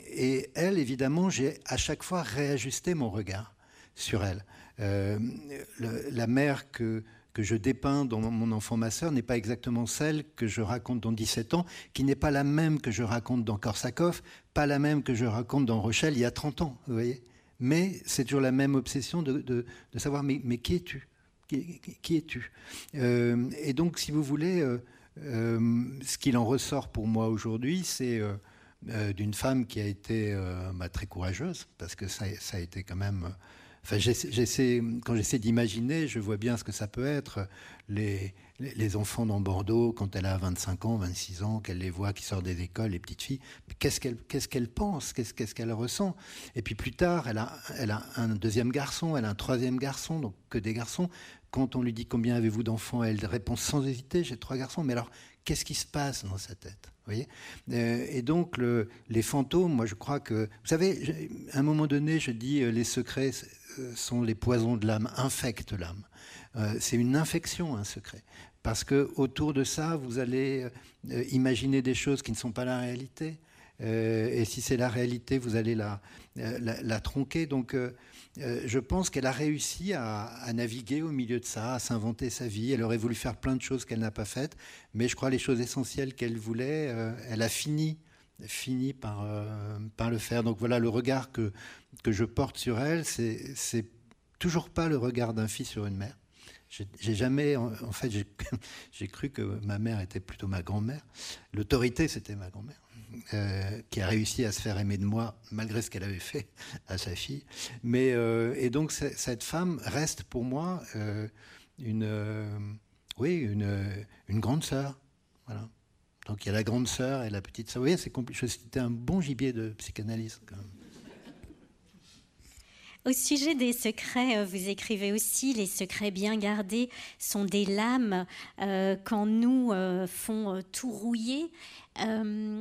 et elle, évidemment, j'ai à chaque fois réajusté mon regard sur elle. Euh, le, la mère que, que je dépeins dans Mon enfant, ma sœur n'est pas exactement celle que je raconte dans dix-sept ans, qui n'est pas la même que je raconte dans Korsakov, pas la même que je raconte dans Rochelle il y a trente ans, vous voyez. Mais c'est toujours la même obsession de, de, de savoir, mais, mais qui es-tu qui, qui es-tu euh, Et donc, si vous voulez, euh, euh, ce qu'il en ressort pour moi aujourd'hui, c'est euh, euh, d'une femme qui a été euh, bah, très courageuse, parce que ça, ça a été quand même... Euh, Enfin, j'essaie, j'essaie, quand j'essaie d'imaginer, je vois bien ce que ça peut être. Les, les, les enfants dans Bordeaux, quand elle a vingt-cinq ans, vingt-six ans, qu'elle les voit qui sortent des écoles, les petites filles, qu'est-ce qu'elle, qu'est-ce qu'elle pense, qu'est-ce, qu'est-ce qu'elle ressent. Et puis plus tard, elle a, elle a un deuxième garçon, elle a un troisième garçon, donc que des garçons. Quand on lui dit combien avez-vous d'enfants, elle répond sans hésiter, j'ai trois garçons. Mais alors, qu'est-ce qui se passe dans sa tête ? Vous voyez ? euh, Et donc, le, les fantômes, moi je crois que... Vous savez, à un moment donné, je dis euh, les secrets sont les poisons de l'âme, infectent l'âme. Euh, c'est une infection, un secret. Parce que autour de ça, vous allez euh, imaginer des choses qui ne sont pas la réalité. Euh, et si c'est la réalité, vous allez la, la, la tronquer. Donc, euh, euh, je pense qu'elle a réussi à, à naviguer au milieu de ça, à s'inventer sa vie. Elle aurait voulu faire plein de choses qu'elle n'a pas faites. Mais je crois les choses essentielles qu'elle voulait, euh, elle a fini, fini par, euh, par le faire. Donc voilà, le regard que, que je porte sur elle, c'est, c'est toujours pas le regard d'un fils sur une mère. J'ai, j'ai jamais, en, en fait, j'ai, j'ai cru que ma mère était plutôt ma grand-mère. L'autorité, c'était ma grand-mère, euh, qui a réussi à se faire aimer de moi, malgré ce qu'elle avait fait à sa fille. Mais, euh, et donc, cette femme reste pour moi euh, une, euh, oui, une, une grande sœur. Voilà. Donc, il y a la grande sœur et la petite sœur. Vous voyez, c'est compliqué. C'était un bon gibier de psychanalyse, quand même. Au sujet des secrets, vous écrivez aussi « Les secrets bien gardés sont des lames euh, quand nous euh, font euh, tout rouiller euh, ».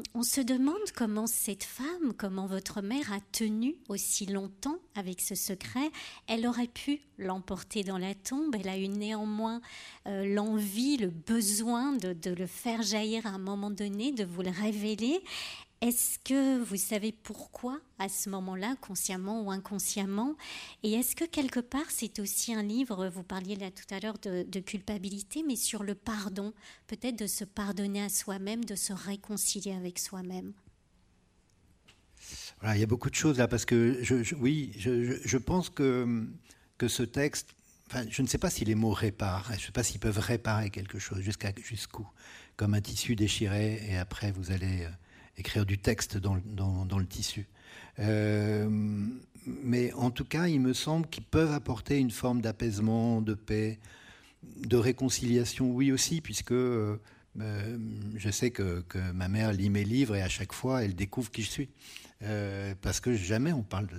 On se demande comment cette femme, comment votre mère a tenu aussi longtemps avec ce secret. Elle aurait pu l'emporter dans la tombe. Elle a eu néanmoins euh, l'envie, le besoin de, de le faire jaillir à un moment donné, de vous le révéler. Est-ce que vous savez pourquoi, à ce moment-là, consciemment ou inconsciemment? Et est-ce que, quelque part, c'est aussi un livre, vous parliez là tout à l'heure de, de culpabilité, mais sur le pardon, peut-être de se pardonner à soi-même, de se réconcilier avec soi-même? Voilà, il y a beaucoup de choses là, parce que, je, je, oui, je, je, je pense que, que ce texte, enfin, je ne sais pas si les mots réparent, je ne sais pas s'ils peuvent réparer quelque chose, jusqu'à, jusqu'où, comme un tissu déchiré, et après vous allez... écrire du texte dans, dans, dans le tissu. Euh, mais en tout cas, il me semble qu'ils peuvent apporter une forme d'apaisement, de paix, de réconciliation, oui aussi, puisque euh, je sais que, que ma mère lit mes livres et à chaque fois, elle découvre qui je suis. Euh, parce que jamais on parle de ça.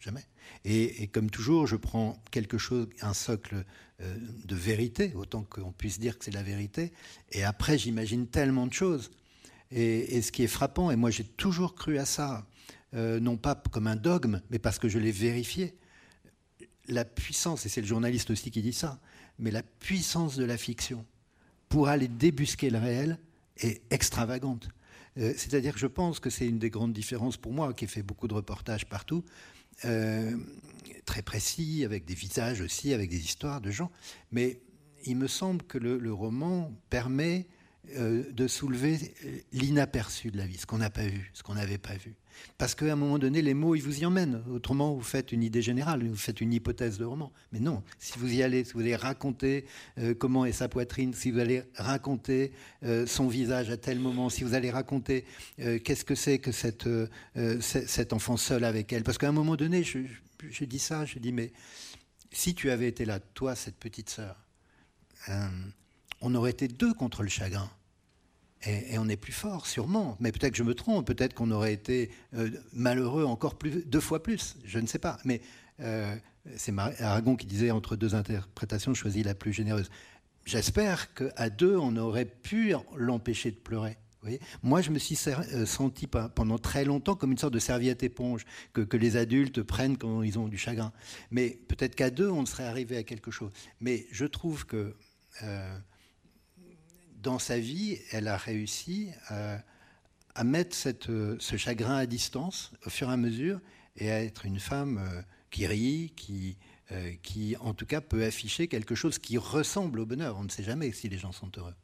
jamais. Et, et comme toujours, je prends quelque chose, un socle euh, de vérité, autant qu'on puisse dire que c'est la vérité, et après j'imagine tellement de choses. Et, et ce qui est frappant, et moi j'ai toujours cru à ça, euh, non pas comme un dogme, mais parce que je l'ai vérifié, la puissance, et c'est le journaliste aussi qui dit ça, mais la puissance de la fiction pour aller débusquer le réel est extravagante. Euh, c'est-à-dire que je pense que c'est une des grandes différences pour moi, qui ai fait beaucoup de reportages partout, euh, très précis, avec des visages aussi, avec des histoires de gens, mais il me semble que le, le roman permet euh, de soulever l'inaperçu de la vie, ce qu'on n'a pas vu, ce qu'on n'avait pas vu. Parce qu'à un moment donné, les mots, ils vous y emmènent. Autrement, vous faites une idée générale, vous faites une hypothèse de roman. Mais non, si vous y allez, si vous allez raconter euh, comment est sa poitrine, si vous allez raconter euh, son visage à tel moment, si vous allez raconter euh, qu'est-ce que c'est que cette, euh, cet enfant seul avec elle. Parce qu'à un moment donné, je, je, je dis ça, je dis, mais si tu avais été là, toi, cette petite sœur, euh, on aurait été deux contre le chagrin. Et, et on est plus fort, sûrement. Mais peut-être que je me trompe, peut-être qu'on aurait été euh, malheureux encore plus, deux fois plus. Je ne sais pas. Mais euh, c'est Aragon qui disait, entre deux interprétations, choisis la plus généreuse. J'espère qu'à deux, on aurait pu l'empêcher de pleurer. Vous voyez ? Moi, je me suis senti pendant très longtemps comme une sorte de serviette éponge que, que les adultes prennent quand ils ont du chagrin. Mais peut-être qu'à deux, on serait arrivé à quelque chose. Mais je trouve que... Euh, dans sa vie, elle a réussi à, à mettre cette, ce chagrin à distance au fur et à mesure et à être une femme qui rit, qui, euh, qui en tout cas peut afficher quelque chose qui ressemble au bonheur. On ne sait jamais si les gens sont heureux.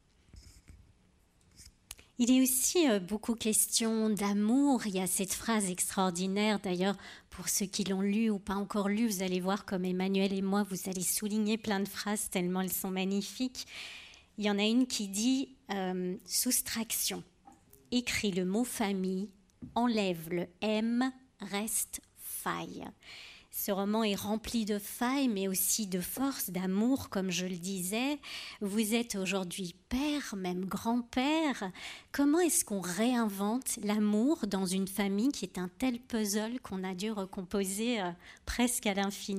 Il est aussi beaucoup question d'amour. Il y a cette phrase extraordinaire, d'ailleurs, pour ceux qui l'ont lu ou pas encore lu, vous allez voir comme Emmanuel et moi, vous allez souligner plein de phrases tellement elles sont magnifiques. Il y en a une qui dit euh, « soustraction ». Écris le mot famille, enlève le M, reste faille. Ce roman est rempli de failles, mais aussi de force, d'amour, comme je le disais. Vous êtes aujourd'hui père, même grand-père. Comment est-ce qu'on réinvente l'amour dans une famille qui est un tel puzzle qu'on a dû recomposer euh, presque à l'infini ?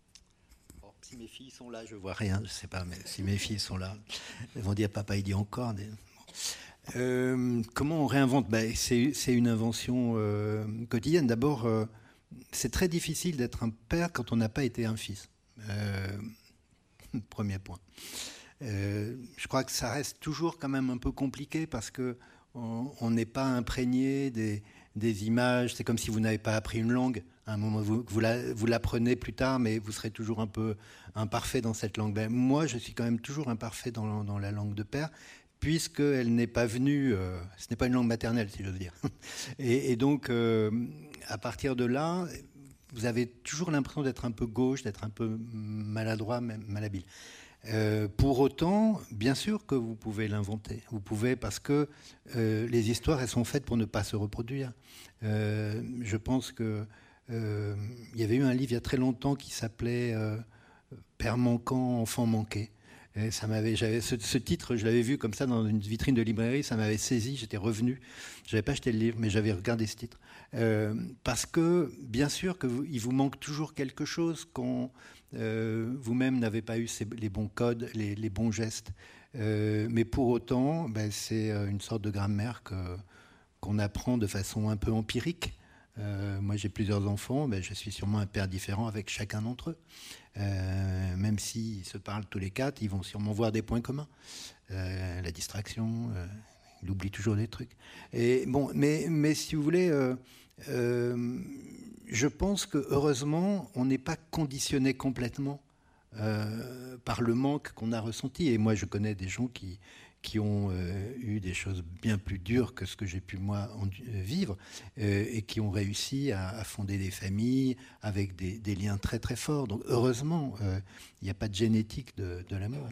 Si mes filles sont là, je vois rien, je ne sais pas, mais si mes filles sont là, elles vont dire papa, il dit encore. Des... Euh, comment on réinvente ? Ben, c'est, c'est une invention euh, quotidienne. D'abord, euh, c'est très difficile d'être un père quand on n'a pas été un fils. Euh, premier point. Euh, je crois que ça reste toujours quand même un peu compliqué parce qu'on n'est pas imprégné des, des images. C'est comme si vous n'avez pas appris une langue. À un moment, vous, vous, la, vous l'apprenez plus tard, mais vous serez toujours un peu imparfait dans cette langue. Ben, moi, je suis quand même toujours imparfait dans, dans la langue de père, puisqu'elle n'est pas venue... Euh, ce n'est pas une langue maternelle, si j'ose dire. Et, et donc, euh, à partir de là, vous avez toujours l'impression d'être un peu gauche, d'être un peu maladroit, même malhabile. Euh, pour autant, bien sûr que vous pouvez l'inventer. Vous pouvez, parce que euh, les histoires, elles sont faites pour ne pas se reproduire. Euh, je pense que Euh, il y avait eu un livre il y a très longtemps qui s'appelait euh, Père manquant, enfant manqué. Et ça m'avait, j'avais, ce, ce titre, je l'avais vu comme ça dans une vitrine de librairie, ça m'avait saisi, j'étais revenu. Je n'avais pas acheté le livre, mais j'avais regardé ce titre. Euh, parce que, bien sûr, que vous, il vous manque toujours quelque chose quand euh, vous-même n'avez pas eu ces, les bons codes, les, les bons gestes. Euh, mais pour autant, ben, c'est une sorte de grammaire que, qu'on apprend de façon un peu empirique. Euh, moi, j'ai plusieurs enfants, ben, je suis sûrement un père différent avec chacun d'entre eux. Euh, même s'ils se parlent tous les quatre, ils vont sûrement voir des points communs. Euh, la distraction, euh, il oublie toujours des trucs. Et, bon, mais, mais si vous voulez, euh, euh, je pense que heureusement, on n'est pas conditionné complètement euh, par le manque qu'on a ressenti. Et moi, je connais des gens qui... qui ont euh, eu des choses bien plus dures que ce que j'ai pu, moi, en, euh, vivre, euh, et qui ont réussi à, à fonder des familles avec des, des liens très, très forts. Donc, heureusement, il euh, n'y a pas de génétique de, de l'amour.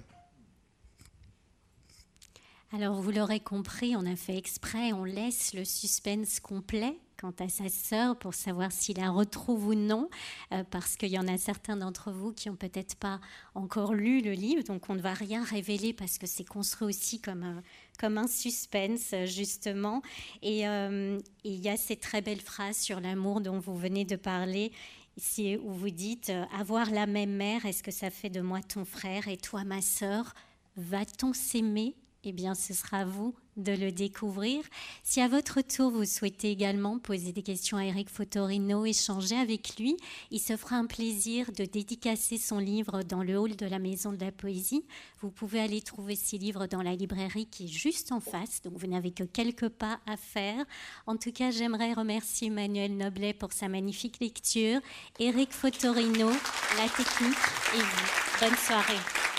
Alors, vous l'aurez compris, on a fait exprès, on laisse le suspense complet quant à sa sœur pour savoir s'il la retrouve ou non, euh, parce qu'il y en a certains d'entre vous qui n'ont peut-être pas encore lu le livre, donc on ne va rien révéler parce que c'est construit aussi comme un, comme un suspense, justement. Et il euh, y a cette très belle phrase sur l'amour dont vous venez de parler. ici où vous dites euh, « Avoir la même mère, est-ce que ça fait de moi ton frère et toi ma sœur? Va-t-on s'aimer ?» Eh bien, ce sera à vous de le découvrir. Si à votre tour, vous souhaitez également poser des questions à Éric Fotorino, échanger avec lui, il se fera un plaisir de dédicacer son livre dans le hall de la Maison de la Poésie. Vous pouvez aller trouver ces livres dans la librairie qui est juste en face, donc vous n'avez que quelques pas à faire. En tout cas, j'aimerais remercier Emmanuel Noblet pour sa magnifique lecture, Éric Fotorino, la technique et vous. Bonne soirée.